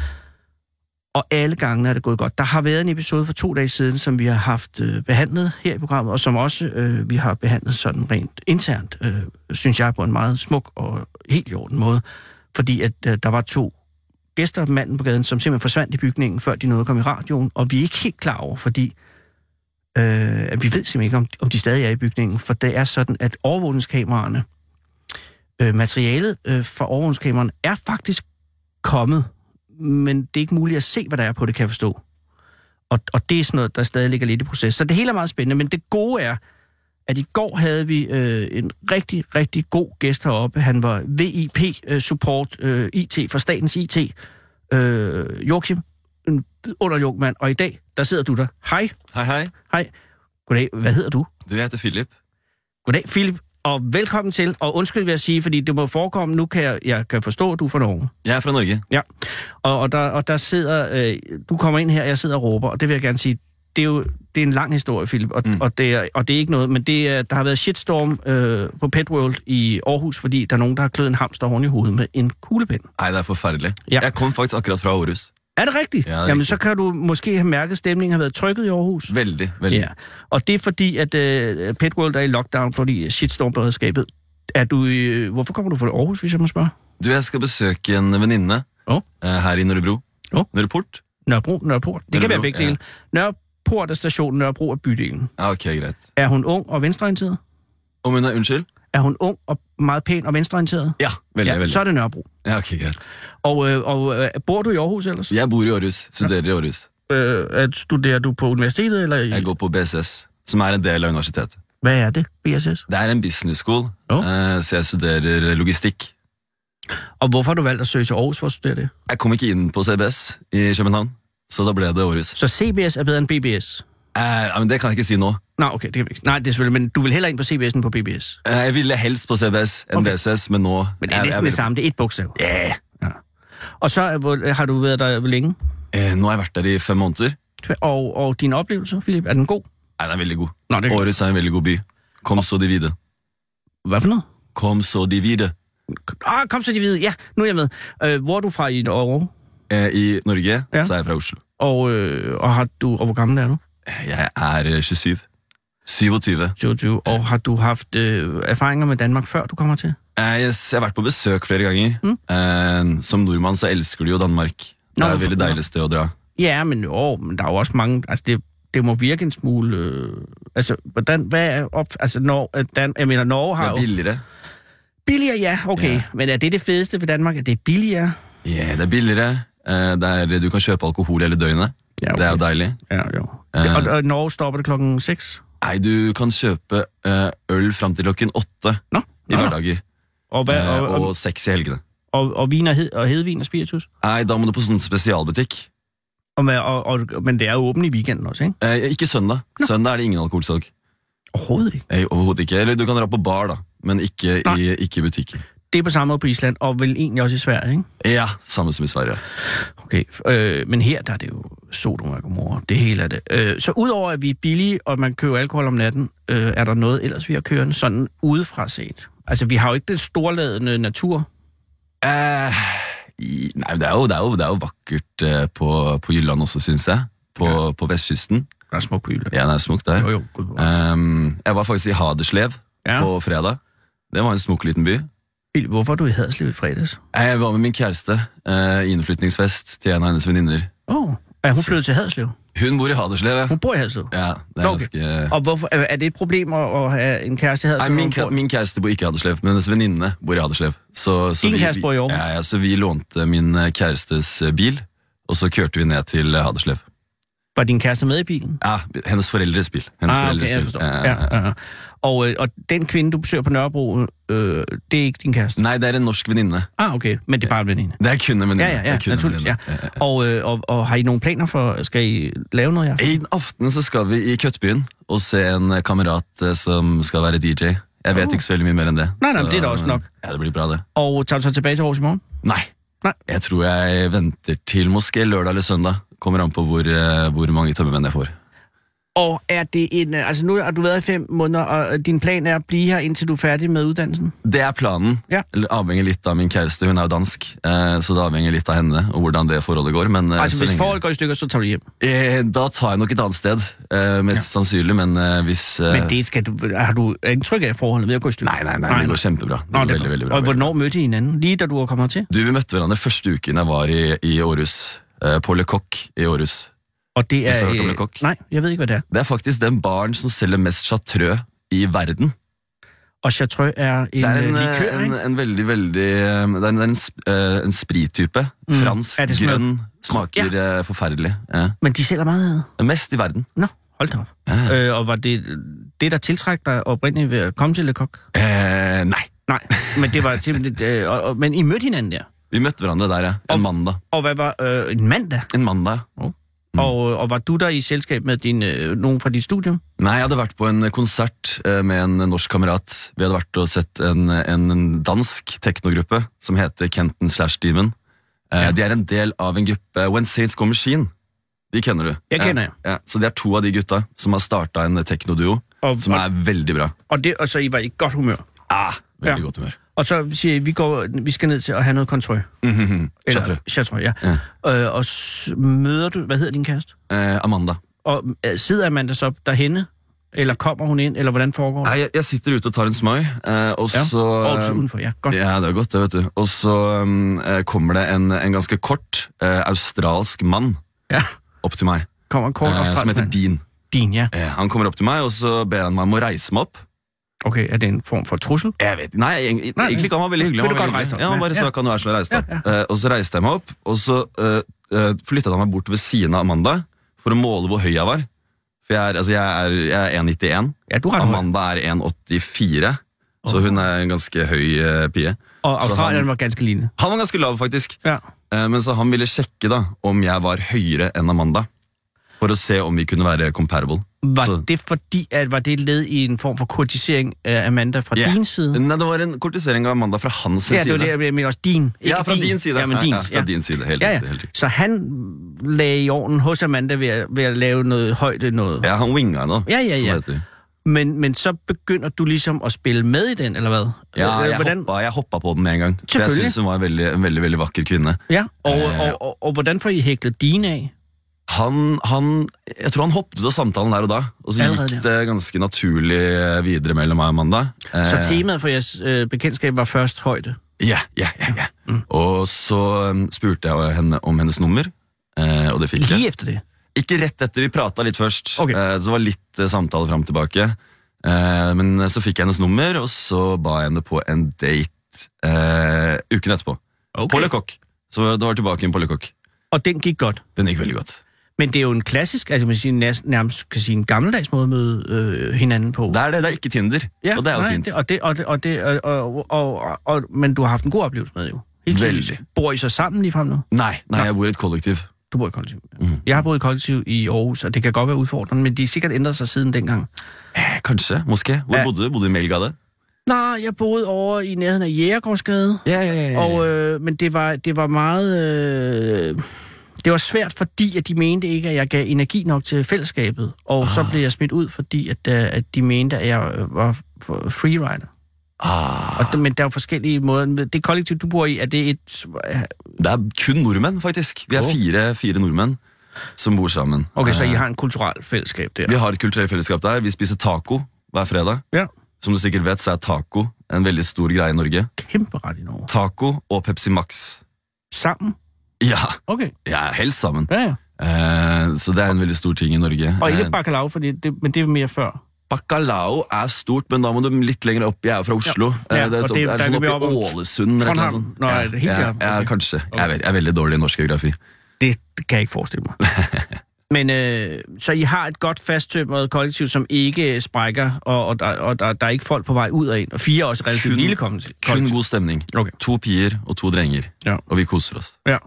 Og alle gangene er det gået godt. Der har været en episode for to dage siden, som vi har haft øh, behandlet her i programmet, og som også øh, vi har behandlet sådan rent internt, øh, synes jeg, på en meget smuk og helt i orden måde. Fordi at øh, der var to gæster af manden på gaden, som simpelthen forsvandt i bygningen, før de nåede at komme i radioen, og vi er ikke helt klar over, fordi øh, at vi ved simpelthen ikke, om, om de stadig er i bygningen, for det er sådan, at overvågningskameraerne, øh, materialet øh, fra overvågningskameraerne er faktisk kommet, men det er ikke muligt at se, hvad der er på det, kan jeg forstå. Og, og det er sådan noget, der stadig ligger lidt i proces. Så det hele er meget spændende, men det gode er, at i går havde vi øh, en rigtig, rigtig god gæst heroppe. Han var V I P-support øh, I T for Statens I T. Øh, Joachim, en vidunderlig ung mand, og i dag, der sidder du der. Hej. Hej, hej. Hej. Goddag. Hvad hedder du? Du, jeg heter Philip. Goddag, Philip. Og velkommen til, og undskyld vil jeg sige, fordi det må forekomme, nu kan jeg, jeg kan forstå, at du er fra Norge. Jeg er fra Norge. Ja, og, og, der, og der sidder, øh, du kommer ind her, jeg sidder og råber, og det vil jeg gerne sige, det er jo det er en lang historie, Philip, og, mm. og, det, er, og det er ikke noget, men det er, der har været shitstorm øh, på Pet World i Aarhus, fordi der er nogen, der har kløet en hamster oven i hovedet med en kuglepen. Ej, det er forfærdeligt. Ja. Jeg kom faktisk akkurat fra Aarhus. Er det rigtigt? Ja, det er Jamen, rigtigt. så kan du måske have mærket, at stemningen har været trykket i Aarhus. Vældig, vældig. Ja, og det er fordi, at øh, Pet World er i lockdown, fordi shitstorm-beredskabet. Er du, øh, hvorfor kommer du fra Aarhus, hvis jeg må spørge? Du, jeg skal besøge en veninde oh. uh, her i Nørrebro. Oh. Nørreport. Nørrebro, Nørreport. Det Nørrebro, kan være begge dele. Ja. Nørreport er stationen, Nørrebro er bydelen. Ja, okay, greit. Er hun ung og venstreorienteret? Om hun er undskyld? Er hun ung og meget pæn og venstreorienteret? Ja, vældig, ja, vældig. Så er det Nørrebro. Ja, okay, greit. Og, øh, og øh, bor du i Aarhus ellers? Jeg bor i Aarhus, studerer i Aarhus. Øh, at studerer du på universitetet? Eller i... Jeg går på B S S, som er en del af universitetet. Hvad er det, B S S? Det er en business school, oh. uh, så jeg studerer logistik. Og hvorfor har du valgt at søge til Aarhus for at studere det? Jeg kom ikke ind på C B S i København, så da blev det Aarhus. Så C B S er bedre end B B S? Uh, men det kan jeg ikke sige nu. Nå, okay, det kan ikke. Nej, det er selvfølgelig, men du vil heller ind på C B S end på B B S? Uh, jeg ville helst på C B S end okay. B S S, men nu... Men det er næsten det samme, det er et bogstav. Ja. Yeah. Ja. Og så hvor, har du været der hvor længe? Uh, nu har jeg været der i fem måneder. Og, og din oplevelse, Philip, er den god? Nej, den er veldig god. Nå, det er Aarhus er en veldig god by. Kom så de vide. Hvad for noget? Kom så de vide. Ah, kom så de vide. Ja, nu er jeg med. Øh, hvor er du fra i Norge? Uh, I Norge, ja. så er jeg fra Oslo. Og, øh, og, har du, og hvor gammel er du? Jeg er syvogtyve. syvogtyve. syvogtyve. Og har du haft øh, erfaringer med Danmark før du kommer til? Uh, yes, jeg har været på besøg flere ganger. Mm. Uh, som nordmand så elsker du jo Danmark. Det Nå, er et veldig dejligt sted at dra. Ja, men jo, men der er jo også mange... Altså, det, det må virke en smule... Øh, altså, hvordan... Hvad er op... Altså, når, Dan, jeg mener, Norge har jo... Det er billigere. Billigere, ja, okay. Ja. Men er det det fedeste ved Danmark, at det er billigere? Ja, det er billigere. Uh, det er, du kan købe alkohol hele døgnet. Ja, okay. Det er jo dejligt. Ja, jo. Uh, og, og Norge stopper det klokken seks? Nej, du kan købe uh, øl frem til klokken åtte Nå, i hverdager. Og, hvad, uh, og, og, og seks i helgene. Og, og vin og, hed, og hedvin og spiritus? Nej, da må du på sådan en specialbutik. Og, og, og, men det er jo åbent i weekenden også, ikke? Uh, ikke søndag. Nå. Søndag er det ingen alkoholsalg. Overhovedet ikke? Uh, overhovedet ikke. Eller du kan dra på bar, da, men ikke i, ikke i butikker. Det er på samme måde på Island, og vel egentlig også i Sverige, ikke? Ja, samme som i Sverige. Okay, øh, men her der er det jo Sodom og Gomorra, det hele er det. Øh, så udover at vi er billige, og man køber alkohol om natten, øh, er der noget ellers, vi har kørende sådan udefra set? Altså, vi har jo ikke den storladende natur. Uh, i, nej, det er, jo, det, er jo, det er jo vakkert uh, på, på Jylland også, synes jeg. På, ja. På vestkysten. Der er smukt på Jylland. Ja, det er smukt der. Jo, jo, God, um, jeg var faktisk i Haderslev ja. På fredag. Det var en smuk liten by. Hvorfor er du i Haderslev i fredags? Jeg var med min kæreste uh, i indflytningsfest til en af hendes veninder. Åh, oh, er hun flyttet til Haderslev? Hun bor i Haderslev, ja. Hun bor i Haderslev? Ja, det er okay. ganske... Og hvorfor, er det et problem at have en kæreste i Haderslev? Nej, min, kæ- min kæreste bor ikke i Haderslev, men hendes veninde bor i Haderslev. Så, så Din vi, kæreste bor i Aarhus? Ja, ja, så vi lånte min kærestes bil, og så kørte vi ned til Haderslev. Var din kæreste med i bilen? Ja, hendes forældres bil. Hendes ah, forældres okay, jeg bil. forstår. Ja, ja, ja, ja. Og, øh, og den kvinde, du besøger på Nørrebro, øh, det er ikke din kæreste? Nej, det er en norsk veninde. Ah, okay. Men det er bare en veninde? Det er kun en veninde. Ja, ja, ja, naturligt. Ja. Og, øh, og, og har I nogle planer for, skal I lave noget i aften? I aften så skal vi i Køttbyen og se en kammerat som skal være D J. Jeg vet oh. ikke så veldig mye mer enn det. Nej, nej, så, det er da også nok. Ja, det blir bra det. Og tager du så tilbage til Aarhus i morgen? Nej. Nej. Jeg tror jeg venter til måske lørdag eller søndag. Kommer an på hvor, hvor mange tømmermænd jeg får. Og er det en... Altså nu har du været i fem måneder, og din plan er at blive her, indtil du er færdig med uddannelsen? Det er planen. Ja. Det afhænger lidt af min kæreste. Hun er jo dansk, så det afhænger lidt af hende, og hvordan det forholdet går. Men, altså hvis længe... forholdet går i stykker, så tager du hjem? Eh, da tager jeg nok et andet sted, eh, mest ja. sandsynligt, men eh, hvis... Eh... Men det skal du... Har du indtryk af forholdet ved at gå i stykker? Nej, nej, nej, det går kjempebra. Det Nå, går det veldig, veldig bra. Og hvornår mødte I hinanden? Lige da du var kommet til? Du, vi mødte hverandre første uken jeg var i, i Aarhus, eh, på Le Coq i Aarhus. Og det er... Øh, nej, jeg ved ikke, hvad det er. Det er faktisk den baren, som sælger mest chartreux i verden. Og chartreux er en, det er en likør, en, en veldig, veldig... Det er en, det er en, en sprittype. Mm. Fransk, grønn, smaker ja. forfærdelig. Ja. Men de sælger meget... Mest i verden. Nå, hold da op. Ja. Øh, og var det det, der tiltræk dig oprindeligt ved at komme til Le Coq? Øh, nej. Nej, men det var simpelthen... Øh, og, og, men I mødte hinanden der? Vi mødte hverandre der, ja. En og, mandag. Og hvad var... Øh, en mandag? En mandag. Oh. Mm. Og, og var du der i selskab med din, øh, nogen fra dit studium? Nej, jeg havde været på en koncert øh, med en norsk kammerat. Vi havde været og set en, en dansk teknogruppe, som heter Kenton slash Steven. Uh, ja. De er en del av en gruppe, When Saints Go Machine. De kender du? Jeg kender jeg. Ja, ja. Så det er to av de gutta, som har startet en teknoduo, og, som er veldig bra. Og, det, og så I var i godt humør? Ah, veldig ja. godt humør. Og så siger I, vi, går, vi skal ned til at have noget kontrol. Mm-hmm. Chartreux. Chartreux, ja. ja. Øh, og s- møder du... Hvad hedder din kæreste? Uh, Amanda. Og uh, sidder Amanda så derhenne? Eller kommer hun ind? Eller hvordan foregår det? Nej, jeg, jeg sitter ute og tager en smøg. Uh, og ja. så... Og så udenfor, ja. Godt. Ja, det er godt, det vet du. Og så um, kommer det en, en ganske kort uh, australsk mand ja. op til mig. Kommer en kort uh, australsk Som heter Dean. Dean, ja. Uh, han kommer op til mig, og så beder han mig om at rejse mig op. Okay, er det en form for trussel? Jeg vet, nej, jeg, jeg, nej, egentlig kan han være veldig hyggelig. Vil du godt rejse dig op? Ja, han bare ja. så kan du være så rejse deg. Ja, ja. Uh, og så reiste jeg meg opp, og så uh, uh, flyttet han meg bort ved siden av Amanda for å måle hvor høy jeg var. For jeg er, altså, jeg er, jeg er en komma nittien. Ja, du har Amanda er en komma åttifire, oh. så hun er en ganske høy uh, pige. Og Australien han, var ganske lignende? Han var ganske lav, faktisk. Ja. Uh, men så han ville sjekke da, om jeg var høyere enn Amanda, for å se om vi kunne være comparable. Var så. det fordi, at var det led i en form for kortisering af Amanda fra yeah. din side? Nei, det var en kortisering av Amanda fra hans side. Ja, det var det, jeg mener også din. Ikke ja, fra din, din side. Ja, men din, ja, ja, fra ja. din side, helt ja, ja. riktig. Helt riktig. Så han lagde i orden hos Amanda ved at, ved at lave noget højde noget? Ja, han winga noget, ja, ja, ja. som heter. Men, men så begynder du ligesom at spille med i den, eller hvad? Ja, jeg, hvordan... hoppa, jeg hoppa på den en gang. Jeg synes hun var en veldig, en veldig, veldig vakker kvinde. Ja, og, og, og, og, og hvordan får I hæklet Dean af? Han, han, jeg tror han hoppet ut av samtalen der og da, og så Allerede, gikk det ganske naturlig videre mellom meg og Amanda. Så temaet for jeres øh, bekendtskab var først højde? Ja, ja, ja. ja. Mm. Og så um, spurte jeg henne om hennes nummer, uh, og det fikk jeg. Lige efter det? Ikke rett etter, vi pratet litt først, okay. uh, så var litt uh, samtale frem og tilbake. Uh, men så fikk jeg hennes nummer, og så ba jeg henne på en date uh, uken etterpå. Okay. På Le Coq. Så det var tilbake inn på Le Coq. Og den gik godt? Den gik veldig godt. Men det er jo en klassisk, altså man siger, nærmest kan sige en gammeldags måde at møde øh, hinanden på. Det er det, det er ikke Tinder, ja, og det er jo nej, fint. Det, og det, og det, og det, og, og, og, og, og, men du har haft en god oplevelse med jo. Helt Veldig. Bor I så sammen lige frem nu? Nej, nej, jeg bor i et kollektiv. Du bor i et kollektiv. Mm. Jeg har boet i et kollektiv i Aarhus, og det kan godt være udfordrende, men de er sikkert ændret sig siden dengang. Eh, kanskje, måske. Hvor ja. bodde du? Bodde du i Melgade? Nej, jeg boede over i nærheden af Jægergårdsgade. Ja, ja, ja. ja. Og, øh, men det var, det var meget... Øh, det var svært, fordi at de mente ikke, at jeg gav energi nok til fællesskabet. Og ah. så blev jeg smidt ud, fordi at, at de mente, at jeg var freerider. Ah. Og det, men der er jo forskellige måder. Det kollektiv, du bor i, er det et... Det er kun nordmenn, faktisk. Vi er oh. fire, fire nordmenn som bor sammen. Okay, så I har en kulturel fællesskab der? Vi har et kulturelt fællesskab der. Vi spiser taco hver fredag. Ja. Som du sikkert vet, så er taco en veldig stor greie i Norge. Kæmpe ret i Norge. Taco og Pepsi Max. Sammen? Ja. Okay. Ja, helst sammen. Ja, ja. Uh, så det er en veldig stor ting i Norge. Og ikke bacalao, fordi det, men det er mere før. Bacalao er stort, men da må du litt lenger opp. Jeg er fra Oslo. Ja, ja, det er, og så, det, er det sånn oppe i Ålesund. Trondheim? Nå, er det helt ja, der? Ja, okay. kanskje. Jeg, vet, jeg er veldig dårlig i norsk geografi. Det, det kan jeg ikke forestille mig. Men øh, så I har et godt fasttømret kollektiv, som ikke sprækker, og, og, der, og der, der er ikke folk på vej ud af en, og fire er også relativt kun, lille kollektiv. Kun god stemning. Okay. To piger og to drenger, ja. Og vi koser os. Ja.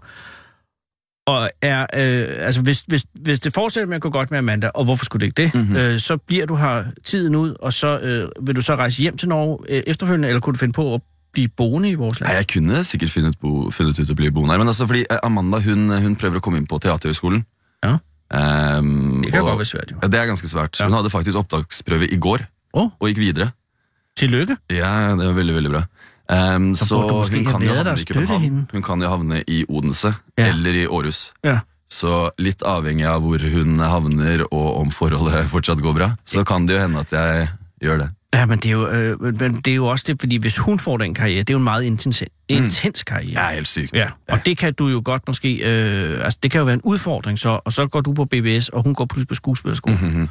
Og er, øh, altså hvis, hvis, hvis det fortsætter med at gå godt med Amanda, og hvorfor skulle det ikke det, mm-hmm. øh, så bliver du her tiden ud, og så øh, vil du så rejse hjem til Norge øh, efterfølgende, eller kunne du finde på at blive boende i vores land? Nej, jeg kunne sikkert fundet, bo, fundet ut at blive boende her, men altså fordi Amanda, hun, hun prøver at komme ind på Teaterhøjskolen. Ja. Um, det kan og, godt være svært, jo. Ja, det er ganske svært. Ja. Hun havde faktisk optagsprøve i går, oh. og gik videre. Tillykke. Ja, det var veldig, veldig bra. Um, så så hun kan, jo havne i København, hun kan jo havne i Odense, ja. Eller i Aarhus. Ja. Så lidt afhængig av hvor hun havner, og om forholdet fortsat går bra, så kan det jo hende, at jeg gør det. Ja, men det er jo, øh, men det er jo også det, fordi hvis hun får den karriere, det er jo en meget intens, intens karriere. Ja, helt sygt. Ja, og ja. Det kan du jo godt måske, øh, altså det kan jo være en udfordring, så, og så går du på B B S, og hun går pludselig på skuespillerskolen. Mm-hmm.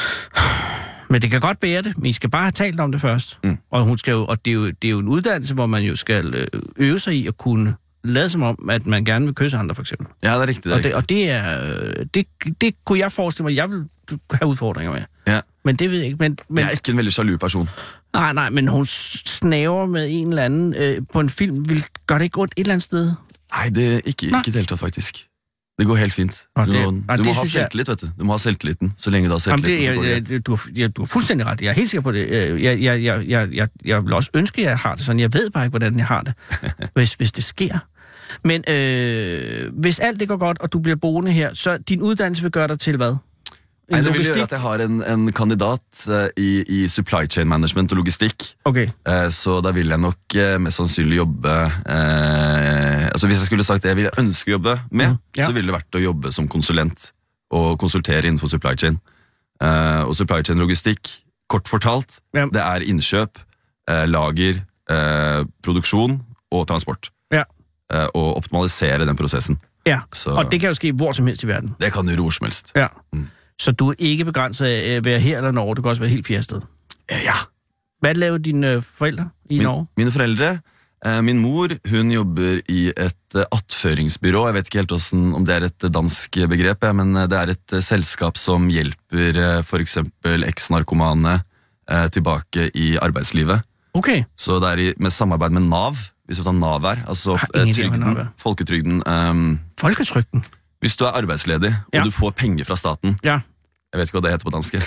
Men det kan godt bære det, men I skal bare have talt om det først. Mm. Og, hun skal jo, og det, er jo, det er jo en uddannelse, hvor man jo skal øve sig i at kunne lade som om, at man gerne vil kysse andre, for eksempel. Ja, det er rigtigt. Det er og, det, og det er, det, det kunne jeg forestille mig, at jeg vil have udfordringer med. Ja. Men det ved jeg ikke. Men, men, jeg er ikke en veldig jaloux person. Nej, nej, men hun snaver med en eller anden øh, på en film. Vil, gør det ikke ondt et eller andet sted? Nej, det er ikke, ikke helt taget, faktisk. Det går helt fint. Du, det, må, du må ha selvtillit, vet du. Du må ha selvtilliten, så længe du har selvtillit. Jamen det, jeg, jeg, du, jeg, du har fuldstændig ret. Jeg er helt sikker på det. Jeg, jeg, jeg, jeg, jeg, jeg vil også ønske, at jeg har det sådan. Jeg ved bare ikke, hvordan jeg har det, hvis, hvis det sker. Men øh, hvis alt det går godt, og du bliver boende her, så din uddannelse vil gøre dig til hvad? Nej, det vil gjøre at jeg har en, en kandidat uh, i, i supply chain management og logistikk. Okay. Uh, så da vil jeg nok uh, mest sannsynlig jobbe uh, altså hvis jeg skulle sagt det jeg ville ønske å jobbe med, mm, ja. Så ville det vært å jobbe som konsulent og konsultere innenfor supply chain. Uh, og supply chain logistikk, kort fortalt, ja. Det er innkjøp, uh, lager, uh, produksjon og transport. Ja. Uh, og optimalisere den processen. Ja, så, og det kan jo ske hvor som helst i verden. Det kan jo hvor som helst. Ja. Mm. Så du er ikke begrænset af at være her eller Norge, du kan også være helt fjerde sted? Ja. Hvad laver dine forældre i min, Norge? Mine forældre? Eh, min mor, hun jobber i et uh, attføringsbyrå. Jeg vet ikke helt hvordan, om det er et dansk begrep, ja, men det er et uh, selskap som hjelper uh, for eksempel eks-narkomane uh, tilbake i arbeidslivet. Okay. Så det er i, med samarbeid med NAV, hvis du tar NAV her, altså uh, trygden, folketrygden. Um, Folketrygden? Hvis du er arbejdsledig, og ja. Du får penge fra staten. Ja. Jeg vet ikke, hvad det heter på dansk.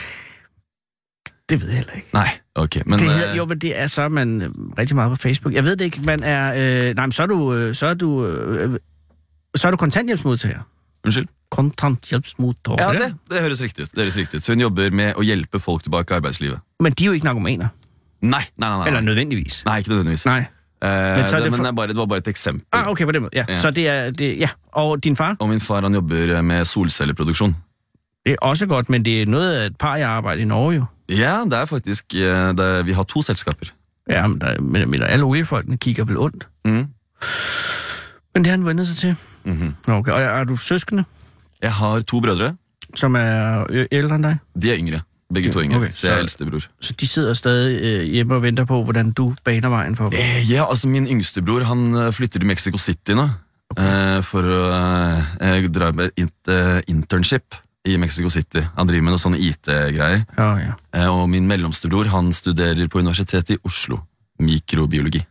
Det ved jeg heller ikke. Nej, okay. Men, det hedder, jo, men det er så man øh, rigtig meget på Facebook. Jeg ved det ikke, man er... Øh, nej, men så er du... Øh, så er du, øh, så er du kontanthjælpsmodtager. Undskyld? Kontanthjælpsmodtager. Ja, det, det høres rigtigt ud. Det høres rigtigt ud. Så hun jobber med at hjælpe folk tilbage i arbejdslivet. Men de er jo ikke narkomaner. Nej, nej, nej. nej. Eller nødvendigvis. Nej, ikke nødvendigvis. Nej. Uh, men så er det, det, for... men det, bare, det var bare et eksempel. Ah, okay, på den måde. Ja. Ja. Så det er... Det, ja. Og din far? Og min far, han jobber med solcelleproduktion. Det er også godt, men det er noget af et par, jeg arbejder i Norge jo. Ja, det er faktisk... Det er, vi har to selskaber. Ja, men, der, men, men alle oliefolkene kigger vel ondt. Mm. Men det har han vendt sig til. Mm-hmm. Okay, og er, er du søskende? Jeg har to brødre. Som er ældre end dig? De er yngre. Begge okay. to yngre, okay. Så jeg er ældste bror. Så de sidder stadig øh, hjemme og venter på, hvordan du baner vejen for dem? Eh, ja, altså min yngste bror, han flytter til Mexico City nå. Okay. Eh, for å eh, dra med et internship i Mexico City. Han driver med noen sånne I T-greier. Ja, ja. Eh, og min mellomste bror, han studerer på universitetet i Oslo. Mikrobiologi.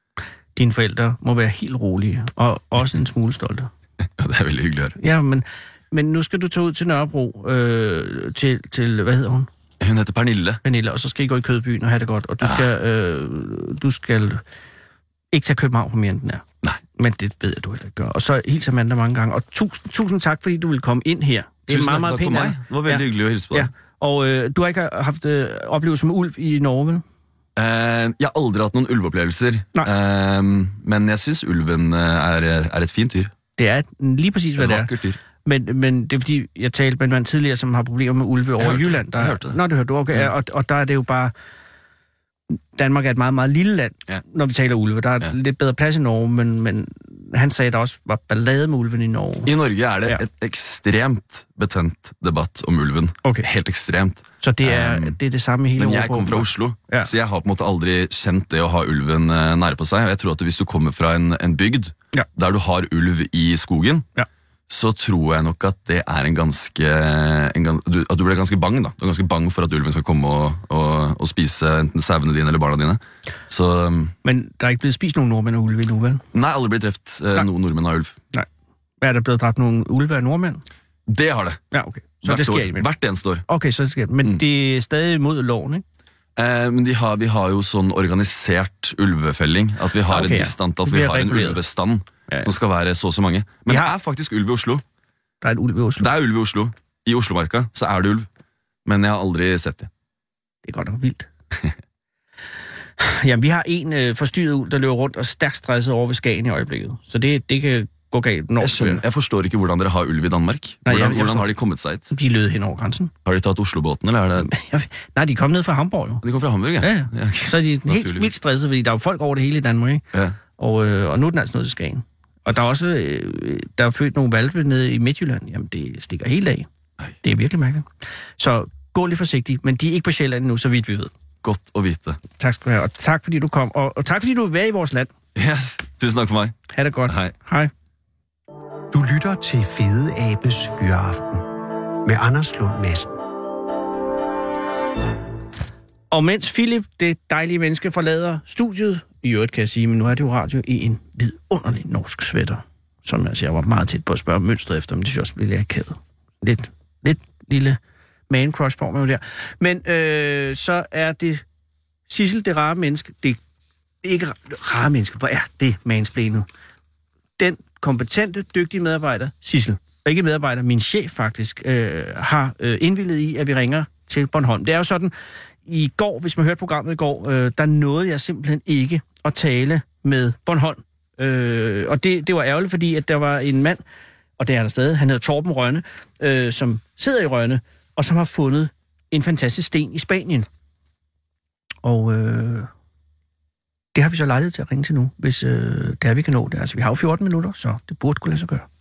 Dine forældre må være helt rolige, og også en smule stolte. Ja, det er veldig hyggelig at høre. Ja, men... Men nu skal du tage ud til Nørrebro, øh, til, til, hvad hedder hun? Hun hedder Pernille. Pernille, og så skal I gå i Kødbyen og have det godt. Og du, ja. skal, øh, du skal ikke tage København for mere end den er. Nej. Men det ved jeg, du heller ikke gør. Og så hilser Amanda mange gange. Og tusind, tusind tak, fordi du vil komme ind her. Det er tusind meget, meget pænt. Det var veldig ja. Hyggeligt at hilse på dig. Ja. Og øh, du har ikke haft øh, oplevelser med ulv i Norge, vel? Uh, jeg har aldrig haft nogen ulveoplevelser. Uh, men jeg synes ulven er, er et fint dyr. Det er lige præcis, hvad det er. Dyr. Men, men det er fordi, jeg talte med en mand tidligere, som har problemer med ulve over Jylland. Der, jeg hørte det. Nå, det hørte du, okay. Ja. Og, og der er det jo bare... Danmark er et meget, meget lille land, ja. Når vi taler ulve. Der er ja. Lidt bedre plads i Norge, men, men han sagde, at der også var ballade med ulven i Norge. I Norge er det ja. Et ekstremt betændt debat om ulven. Okay. Helt ekstremt. Så det er, um, det er det samme i hele Men jeg kom fra Oslo, ja. Så jeg har på en måte aldrig kjent det at ha ulven uh, nære på sig. Jeg tror at hvis du kommer fra en, en bygd, ja. Der du har ulv i skogen, ja. så tror jeg nok at det er en ganske, en gans, du, at du blir ganske bang da. Du er ganske bang for at ulven skal komme og, og, og spise enten sauene dine eller barna dine. Så, Men der er ikke blevet spist nogen nordmænd af ulve endnu, vel? nei, alle blir drept. Eh, noen nordmenn har ulv. Nej. Er der blevet dræbt nogle ulve af nordmænd? Det har det. Ja, okay. Så Hvert det sker år. imellem. Hvert eneste år. Okay, så det sker. Men mm. det er stadig imod loven, ikke? Eh, men de har, vi har jo sånn organisert ulvefelling, at vi har Okay, et ja. visst antall, Det vi bliver har en reguleret. ulvebestand, Ja, ja. som skal være så og så mange. Men Vi det har- er faktisk ulv i Oslo. Der er en ulv i Oslo. Det er ulv i Oslo. I Oslomarka så er det ulv. Men jeg har aldri sett det. Det er godt nok vildt. Jamen, vi har en øh, forstyrret ulv, der løber rundt og stærkt stresset over ved Skagen i øjeblikket. Så det, det kan gå galt når Jeg, skjønner, jeg forstår ikke hvordan dere har ulv i Danmark. jeg- Hvordan, jeg hvordan forstår- har de kommet seg hit? de lød hen over grænsen. Har de taget Oslo-båten, eller er det... Nej, de kom ned fra Hamburg jo. De kommer fra Hamburg, ja? Ja, ja. Ja, okay. Så er de helt Naturligvis. vildt stresset, fordi der er jo folk over det hele i Danmark, ikke? Ja. Og, øh, og nu er den altså nået til Skagen. Og der er også øh, der er født nogle hvalpe nede i Midtjylland. Jamen, det stikker helt af. Ej. Det er virkelig mærkeligt. Så gå lidt forsigtigt, men de er ikke på Sjælland nu, så vidt vi ved. Godt at vite. Tak skal du have, og tak fordi du kom. Og, og tak fordi du er ved i vores land. Yes, tusind tak for mig. Ha' det godt. Hej. Hej. Du lytter til Fede Abes Fyraften med Anders Lund Madsen. Og mens Philip, det dejlige menneske, forlader studiet, i øvrigt kan jeg sige, men nu er det jo radio i en vidunderlig norsk sweater, som altså, jeg var meget tæt på at spørge mønstret efter, men det synes jeg også blev lidt akavet. Lidt, lidt lille man crush får man jo der. Men øh, så er det Sissel, det rare menneske, det er ikke rare menneske, hvor er det mansplainet? Den kompetente, dygtige medarbejder, Sissel, ikke medarbejder, min chef faktisk, øh, har øh, indvillet i, at vi ringer til Bornholm. Det er jo sådan, i går, hvis man hørte programmet i går, øh, der nåede jeg simpelthen ikke at tale med Bornholm. Øh, og det, det var ærgerligt, fordi at der var en mand, og det er der stadig, han hedder Torben Rønne, øh, som sidder i Rønne, og som har fundet en fantastisk sten i Spanien. Og øh, det har vi så lejlighed til at ringe til nu, hvis øh, det er, vi kan nå det. Altså, vi har jo fjorten minutter, så det burde kunne lade sig gøre.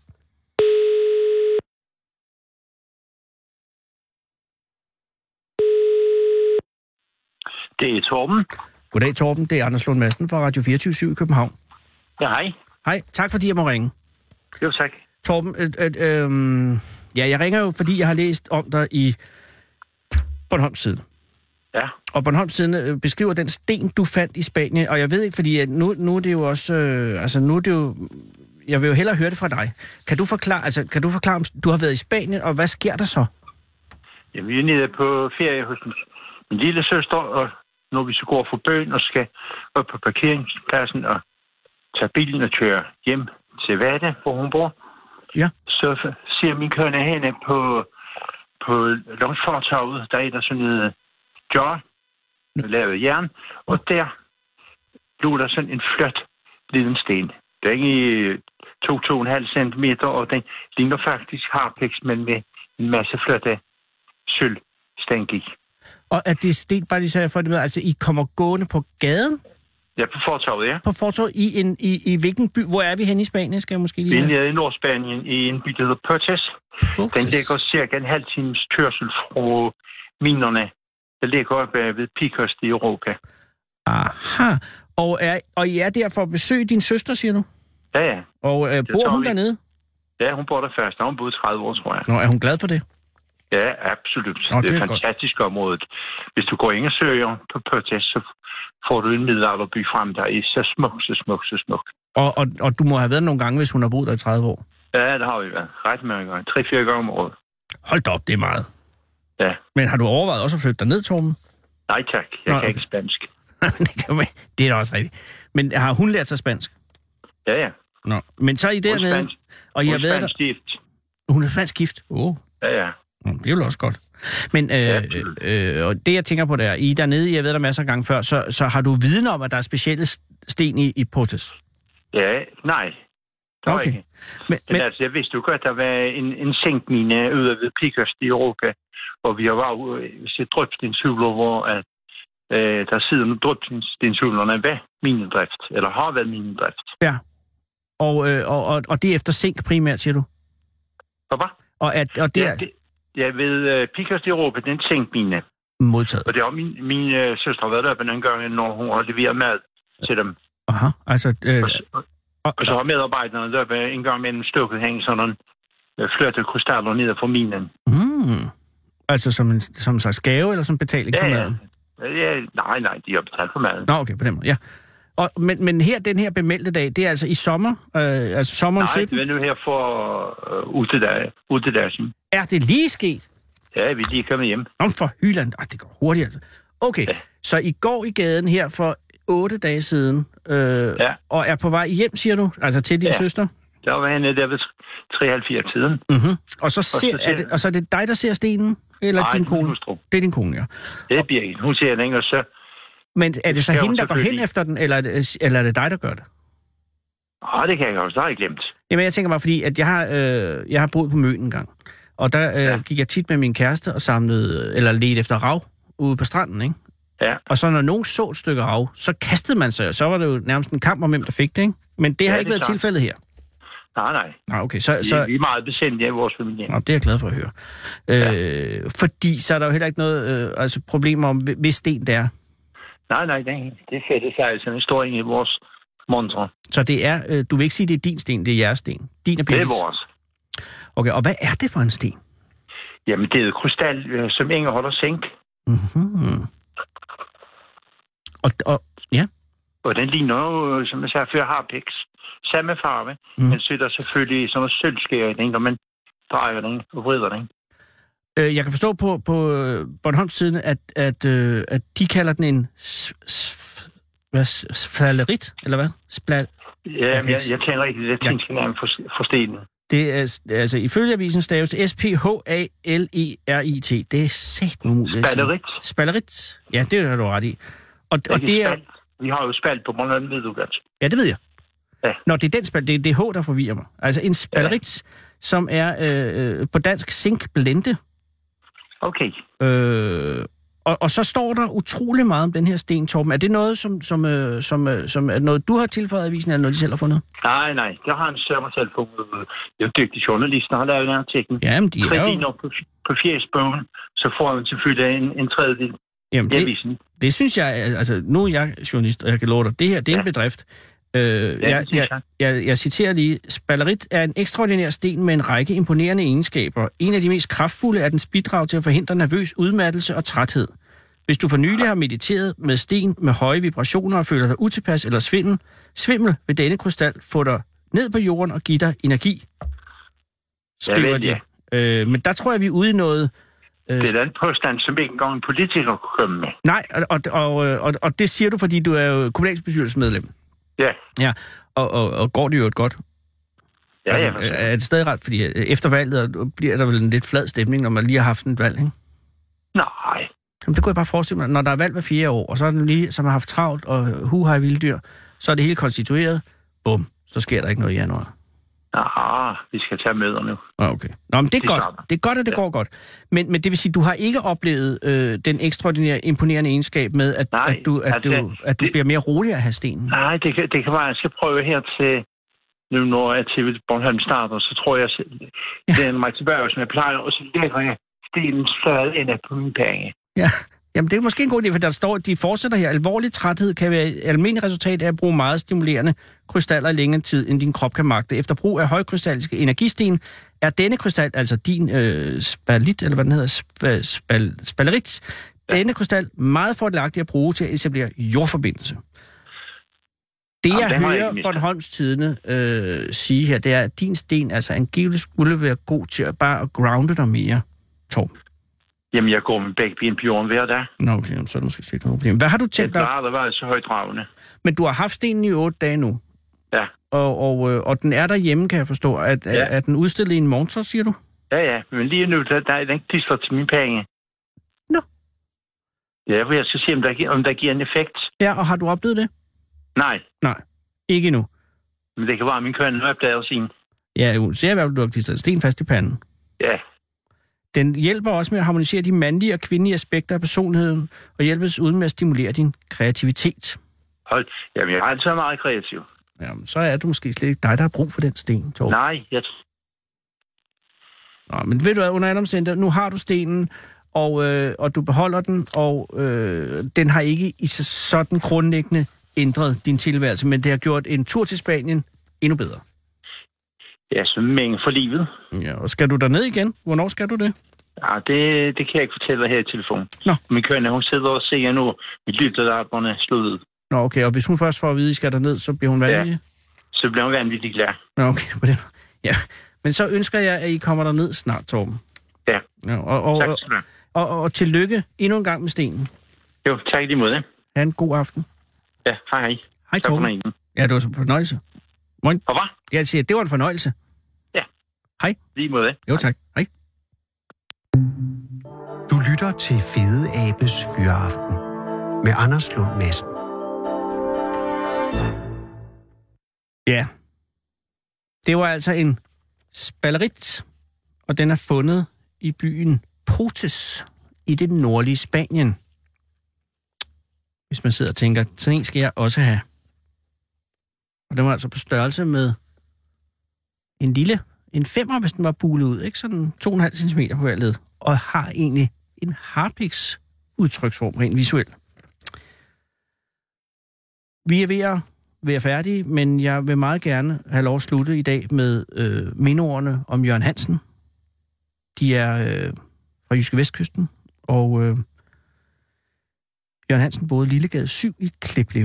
Det er Torben. Goddag, Torben. Det er Anders Lund Madsen fra Radio fireogtyve syv i København. Ja, hej. Hej, tak fordi jeg må ringe. Jo, tak. Torben, øh, øh, øh, ja, jeg ringer jo, fordi jeg har læst om dig i Bornholmstiden. Ja. Og Bornholmstiden øh, beskriver den sten, du fandt i Spanien, og jeg ved ikke, fordi at nu, nu er det jo også, øh, altså nu er det jo, jeg vil jo hellere høre det fra dig. Kan du forklare, altså kan du forklare, om du har været i Spanien, og hvad sker der så? Jamen, vi er nede på ferie hos min, min lille søster, og når vi så går for bøn og skal op på parkeringspladsen og tage bilen og køre hjem til Vade, hvor hun bor, Ja. så ser min kone hende på, på landsfortorvet, der er der sådan noget jar, lavet jern, og der lå der sådan en flot lille sten. Den er ikke to til to komma fem centimeter, og den ligner faktisk harpiks, men med en masse flotte sølvstænk i. Og at det sten, bare lige så jeg får det med, altså I kommer gående på gaden? Ja, på fortorvet, ja. På fortorvet i, en, i, i hvilken by? Hvor er vi henne i Spanien, skal jeg måske lige Vi er have? nede i Nordspanien i en by, der hedder Portes. Den ligger cirka en halv times kørsel fra minerne. Der ligger oppe ved Picos i Europa. Aha. Og, er, og I er der for at besøge din søster, siger du? Ja, ja. Og øh, bor tager hun vi. dernede? Ja, hun bor der først. Hun boede tredive år, tror jeg. Nå, er hun glad for det? Ja, absolut. Nå, Nå, det det er er et fantastisk område. Hvis du går ind og søger på Portes, så får du en middelalderby frem, der er så smuk, så smuk, så smuk. Og, og, og du må have været nogle gange, hvis hun har boet der i tredive år. Ja, det har vi været. Ret mange gange. Tre-fire gange om året. Hold da op, det er meget. Ja. Men har du overvejet også at flytte derned, Torben? Nej tak, jeg Nå, kan okay. ikke spansk. det, kan man, det er da også rigtigt. Men har hun lært sig spansk? Ja, ja. Nå, men så er I Hun er dernede, spansk. og I Hun har er været der... spansk gift. Hun er spansk gift? Åh, oh. Ja, ja. Nå, det er jo også godt. Men øh, Ja, øh, og det, jeg tænker på, det er, I er dernede, jeg har været der masser af gange før, så, så har du viden om, at der er specielle sten i, i Portes? Ja, nej. Der Okay. ikke. Men, Men, men, altså, jeg vidste jo godt, der var en, en sænkmine ude ved Picos i Europa, hvor vi har været set drøbstenshuler, hvor at, øh, der sidder drøbstenshulerne ved minedrift, eller har været minedrift. ja. Og, øh, og, og, og det er efter zink primært, siger du? Og hvad? Og, at, og det Ja, er det, jeg ved, uh, Picos i Europa, det er en sænkmine. modtaget. Og det har min, min uh, søster været deroppe nogle gange, når hun har leveret mad til dem. Aha, altså... Øh, Og, så- og så har medarbejderne deroppe en gang mellem stukket hænge sådan en flytte krystaller ned fra minen. Mm. Altså som en, som en slags gave, eller som betaling ja, for maden? Ja, nej, nej, de har betalt for maden. Nå, okay, på den måde, ja. Og, men, men her, den her bemeldte dag, det er altså i sommer, øh, altså sommeren nej, sytten? Nej, det er nu her for øh, utedag, utedagen. Er det lige sket? Ja, vi er lige kommet hjem. Om for Hyland. Ej, det går hurtigt altså. Okay, ja. Så I går i gaden her for otte dage siden, øh, ja. Og er på vej hjem, siger du? Altså til din ja. søster? Der var hende der ved treoghalvfjerds tiden. Mm-hmm. Og, så ser, og, så er det, og så er det dig, der ser stenen? Eller nej, din kone? Hustru. Det er din kone, ja. Det er Birgit. Hun ser den, og så... Men er det så hende, der går hen efter den, eller er det, eller er det dig, der gør det? Åh, det kan jeg også. Det har jeg glemt. Jamen, jeg tænker bare, fordi at jeg har, øh, jeg har boet på Møn en gang. Og der øh, ja. gik jeg tit med min kæreste og samlede, eller ledte efter rav ude på stranden, ikke? Ja. Og så når nogen så et stykke rav, så kastede man sig, og så var det jo nærmest en kamp om, hvem der fik det, ikke? Men det har ja, ikke det været klart. Tilfældet her. Nej, nej. Nej, okay. Så, vi, så... vi er meget besindige i vores familie. Nå, det er jeg glad for at høre. Ja. Øh, fordi så er der jo heller ikke noget øh, altså problemer om, hvis sten det er. Nej, nej, det, det fælder sig altså en stor i vores montre. Så det er, øh, du vil ikke sige, det er din sten, det er jeres sten? Din er det er vores. Okay, og hvad er det for en sten? Jamen, det er et krystal, øh, som indeholder zink. Mm-hmm. Og, og, ja. Og den ligner jo, som jeg sagde før, harpiks. Samme farve, mm. men så er der selvfølgelig sådan noget sølvskæring, når man drejer den og vrider den. Øh, jeg kan forstå på, på Bornholms siden, at, at, øh, at de kalder den en sfalerit, eller hvad? Spla... Ja, men jeg, jeg tænker ikke, det er latinske navn for, for stenen. Det er, altså, ifølge avisen staves S P H A L E R I T. Det er sæt muligt. Spalerit. Spalerit. Ja, det har du ret i. Og, og det er... Vi har jo spalt på Bornholm, ved du godt. Ja, det ved jeg. Ja. Nå, det er den spal, det er, det er H, der forvirrer mig. Altså en spalerit, ja. Som er øh, på dansk zinkblende. Okay. Øh, og, og så står der utrolig meget om den her sten, Torben. Er det noget, som, som, øh, som, øh, som er noget, du har tilføjet i avisen, eller noget, de selv har fundet? Nej, nej. Det har han sørget selv på. Det er jo dygtige journalister, har lavet en artikel. Jamen, de er jo... på, på fjersbogen, så får man selvfølgelig en, en tredjedel. Jamen, det, det synes jeg... Altså, nu er jeg journalist, og jeg kan love dig. Det her, det er ja. en bedrift. Øh, ja, jeg, jeg, jeg, jeg citerer lige. Spalerit er en ekstraordinær sten med en række imponerende egenskaber. En af de mest kraftfulde er dens bidrag til at forhindre nervøs udmattelse og træthed. Hvis du for nylig har mediteret med sten med høje vibrationer og føler dig utilpas eller svimmel, svimmel vil denne krystal få dig ned på jorden og give dig energi. Skriver de. Øh, men der tror jeg, vi er ude i noget... Øh, det er den påstand, som ikke engang en politiker kunne komme med. Nej, og, og, og, og, og det siger du, fordi du er jo kommunalbestyrelsesmedlem. Ja. Ja, og, og, og går det jo et godt? Ja, altså, ja. Er det stadig ret? Fordi efter valget bliver der vel en lidt flad stemning, når man lige har haft et valg, ikke? Nej. Jamen, det kunne jeg bare forestille mig. Når der er valg hver fire år, og så er den lige, som har haft travlt og hu har i vilddyr, så er det hele konstitueret. Bum, så sker der ikke noget i januar. Ah, vi skal tage møder nu. Okay. Nå, men det er de godt. starter. Det er godt, at det ja. går godt. Men, men det vil sige, du har ikke oplevet øh, den ekstraordinære imponerende egenskab med, at, Nej, at du, at altså, du, at du det, bliver mere rolig at have stenen? Nej, det kan, det kan være, jeg skal prøve her til, nu når jeg til Bornholm starter, så tror jeg, at ja. det er mig tilbage, som jeg plejer, og så lægger jeg stenen stadig ind på mine penge. Ja. Jamen, det er måske en god idé, for der står, at de fortsætter her. Alvorlig træthed kan være et almindeligt resultat af at bruge meget stimulerende krystaller i længere tid, end din krop kan magte. Efter brug af højkrystalliske energisten er denne krystal, altså din øh, spalit, eller hvad den hedder, sp- spal, spalerit, ja. denne krystal meget fordelagtig at bruge til at etablere jordforbindelse. Det, Jamen, jeg hører Bornholms Tidende øh, sige her, det er, at din sten altså angiveligt skulle være god til at bare at grounde dig mere, Torben. Jamen, jeg går med begge ben på jorden hver dag. Nå, okay, så er det måske slet noget problem. Hvad har du tænkt dig? Det har været så højtravende. Men du har haft stenen i otte dage nu. Ja. Og, og, og den er derhjemme, kan jeg forstå. Er, ja. er, er den udstillet i en montre, siger du? Ja, ja. Men lige nu, der, der er den klister til mine penge. Nå. Ja, for jeg skal se, om der, om der giver en effekt. Ja, og har du oplevet det? Nej. Nej, ikke endnu. Men det kan være, at min køn har opdaget sin. Ja, jo. Så jeg vil du har klistret sten fast i panden. Ja. Den hjælper også med at harmonisere de mandlige og kvindelige aspekter af personligheden, og hjælpes uden med at stimulere din kreativitet. Hold. Jamen, jeg er altid meget kreativ. Jamen, så er du måske slet ikke dig, der har brug for den sten, Torben. Nej, jeg... Nå, men ved du hvad, under alle omstændigheder, nu har du stenen, og, øh, og du beholder den, og øh, den har ikke i sådan grundlæggende ændret din tilværelse, men det har gjort en tur til Spanien endnu bedre. Ja, svømning for livet. Ja, og skal du derned igen? Hvornår skal du det? Ja, det, det kan jeg ikke fortælle her i telefon. Nå. Min kønne, hun sidder og ser nu, vi lytter der, hvor er slået. Nå, okay, og hvis hun først får at vide, at I skal derned, så bliver hun vanvittig? Ja, så bliver hun vanvittig glad. Nå, okay, på den. Ja, men så ønsker jeg, at I kommer derned snart, Torben. Ja, ja og, og, tak skal du have. Og, og, og tillykke endnu en gang med stenen. Jo, tak i lige måde. Ha' en god aften. Ja, hej hej. Hej, Torben. Ja, det var en fornøjelse. Moin. Og hvad? Jeg siger, det var en fornøjelse. Ja. Hej. Lige måde. Jo, tak. Hej. Du lytter til Fede Abes Fyraften med Anders Lund Madsen. Ja. Det var altså en spallerit, og den er fundet i byen Potes i det nordlige Spanien. Hvis man sidder og tænker, sådan en skal jeg også have. Og den var altså på størrelse med en lille, en femmer, hvis den var bulet ud, ikke? Sådan to komma fem centimeter på hver led, og har egentlig en harpiks udtryksform rent visuelt. Vi er ved at være færdige, men jeg vil meget gerne have lov at slutte i dag med øh, mindeordene om Jørgen Hansen. De er øh, fra Jyske Vestkysten, og øh, Jørgen Hansen boede Lillegade syv i Kliplev.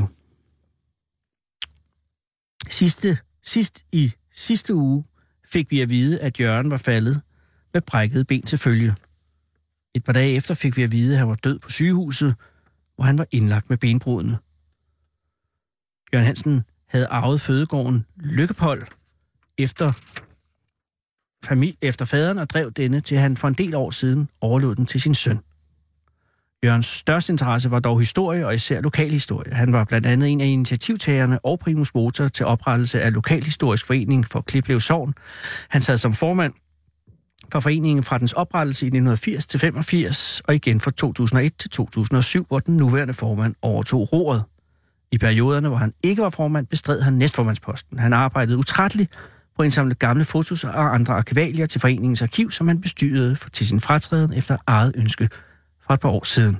Sidste, sidst i sidste uge fik vi at vide, at Jørgen var faldet med brækket ben til følge. Et par dage efter fik vi at vide, at han var død på sygehuset, hvor han var indlagt med benbrudene. Jørgen Hansen havde arvet fødegården Lykkepold efter, familie, efter faderen og drev denne, til han for en del år siden overlod den til sin søn. Jørgens største interesse var dog historie og især lokalhistorie. Han var blandt andet en af initiativtagerne og primus motor til oprettelse af Lokalhistorisk Forening for Kliplev Sogn. Han sad som formand for foreningen fra dens oprettelse i nitten firs til femogfirs og igen fra to tusind og et til to tusind og syv, hvor den nuværende formand overtog roret. I perioderne, hvor han ikke var formand, bestred han næstformandsposten. Han arbejdede utrætteligt på at indsamle gamle fotos og andre arkivalier til foreningens arkiv, som han bestyrede til sin fratræden efter eget ønske for et par år siden.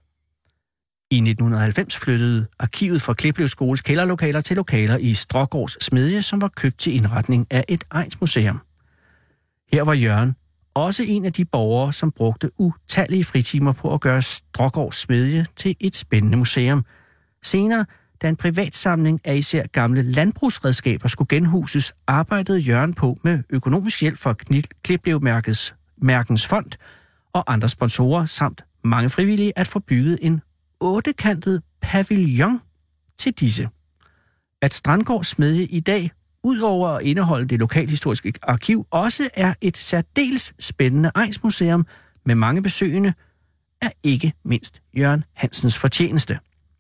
I nitten halvfems flyttede arkivet fra Kliplev Skoles kælderlokaler til lokaler i Strågårds Smedje, som var købt til indretning af et egnsmuseum. Her var Jørgen også en af de borgere, som brugte utallige fritimer på at gøre Strågårds Smedje til et spændende museum. Senere, da en privatsamling af især gamle landbrugsredskaber skulle genhuses, arbejdede Jørgen på med økonomisk hjælp fra Kliplev-mærkens Mærkens Fond og andre sponsorer samt mange frivillige at få bygget en ottekantet pavillon til disse. At Strandgårds Smedje i dag, udover at indeholde det lokalhistoriske arkiv, også er et særdeles spændende egnsmuseum med mange besøgende, er ikke mindst Jørgen Hansens fortjeneste.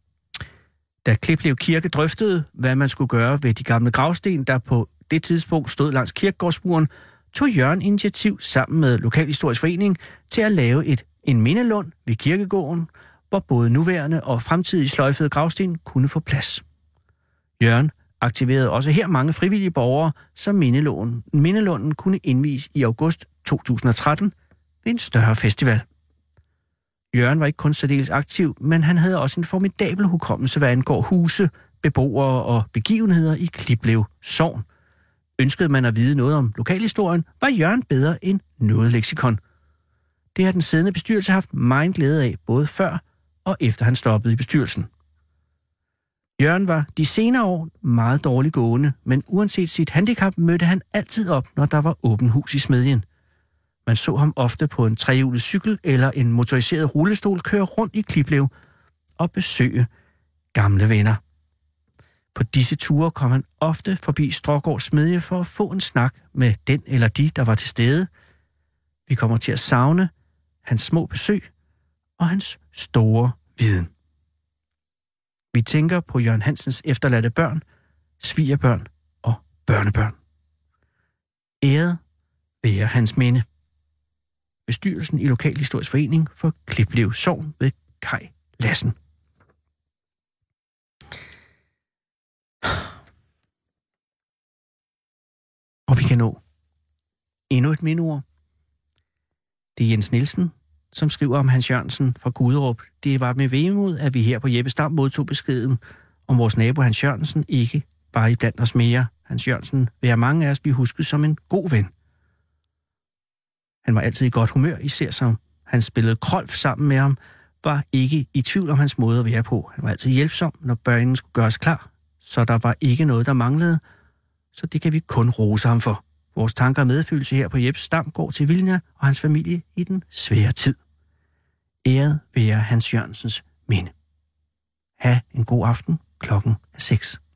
Da Kliplev Kirke drøftede, hvad man skulle gøre ved de gamle gravsten, der på det tidspunkt stod langs kirkegårdsmuren, tog Jørgen initiativ sammen med Lokalhistorisk Forening til at lave et, en mindelund ved kirkegården, hvor både nuværende og fremtidige sløjfede gravsten kunne få plads. Jørgen aktiverede også her mange frivillige borgere, som mindelunden, mindelunden kunne indvise i august to tusind og tretten ved en større festival. Jørgen var ikke kun særdeles aktiv, men han havde også en formidabel hukommelse, hvad angår huse, beboere og begivenheder i Kliplev Sogn. Ønskede man at vide noget om lokalhistorien, var Jørgen bedre end noget leksikon. Det har den siddende bestyrelse haft meget glæde af, både før og efter han stoppede i bestyrelsen. Jørgen var de senere år meget dårligt gående, men uanset sit handicap mødte han altid op, når der var åben hus i smedjen. Man så ham ofte på en trehjulet cykel eller en motoriseret rullestol køre rundt i Kliplev og besøge gamle venner. På disse ture kom han ofte forbi Strågårds Smedje for at få en snak med den eller de, der var til stede. Vi kommer til at savne hans små besøg og hans store viden. Vi tænker på Jørgen Hansens efterladte børn, svigerbørn og børnebørn. Æret være hans minde. Bestyrelsen i Lokalhistorisk Forening for Kliplev Sogn ved Kai Lassen. Og vi kan nå endnu et mindeord. Det er Jens Nielsen, som skriver om Hans Jørgensen fra Guderup. Det var med vemod, at vi her på Jeppe Stam modtog beskeden om vores nabo Hans Jørgensen ikke bare iblandt os mere, Hans Jørgensen, vil jeg mange af os blive husket som en god ven. Han var altid i godt humør, især som han spillede krolf sammen med ham, var ikke i tvivl om hans måde at være på. Han var altid hjælpsom, når børnene skulle gøres klar, så der var ikke noget, der manglede, så det kan vi kun rose ham for. Vores tanker og medfølelse her på Jeps Stam går til Vilja og hans familie i den svære tid. Æret være Hans Jørgensens minde. Ha' en god aften. Klokken er seks.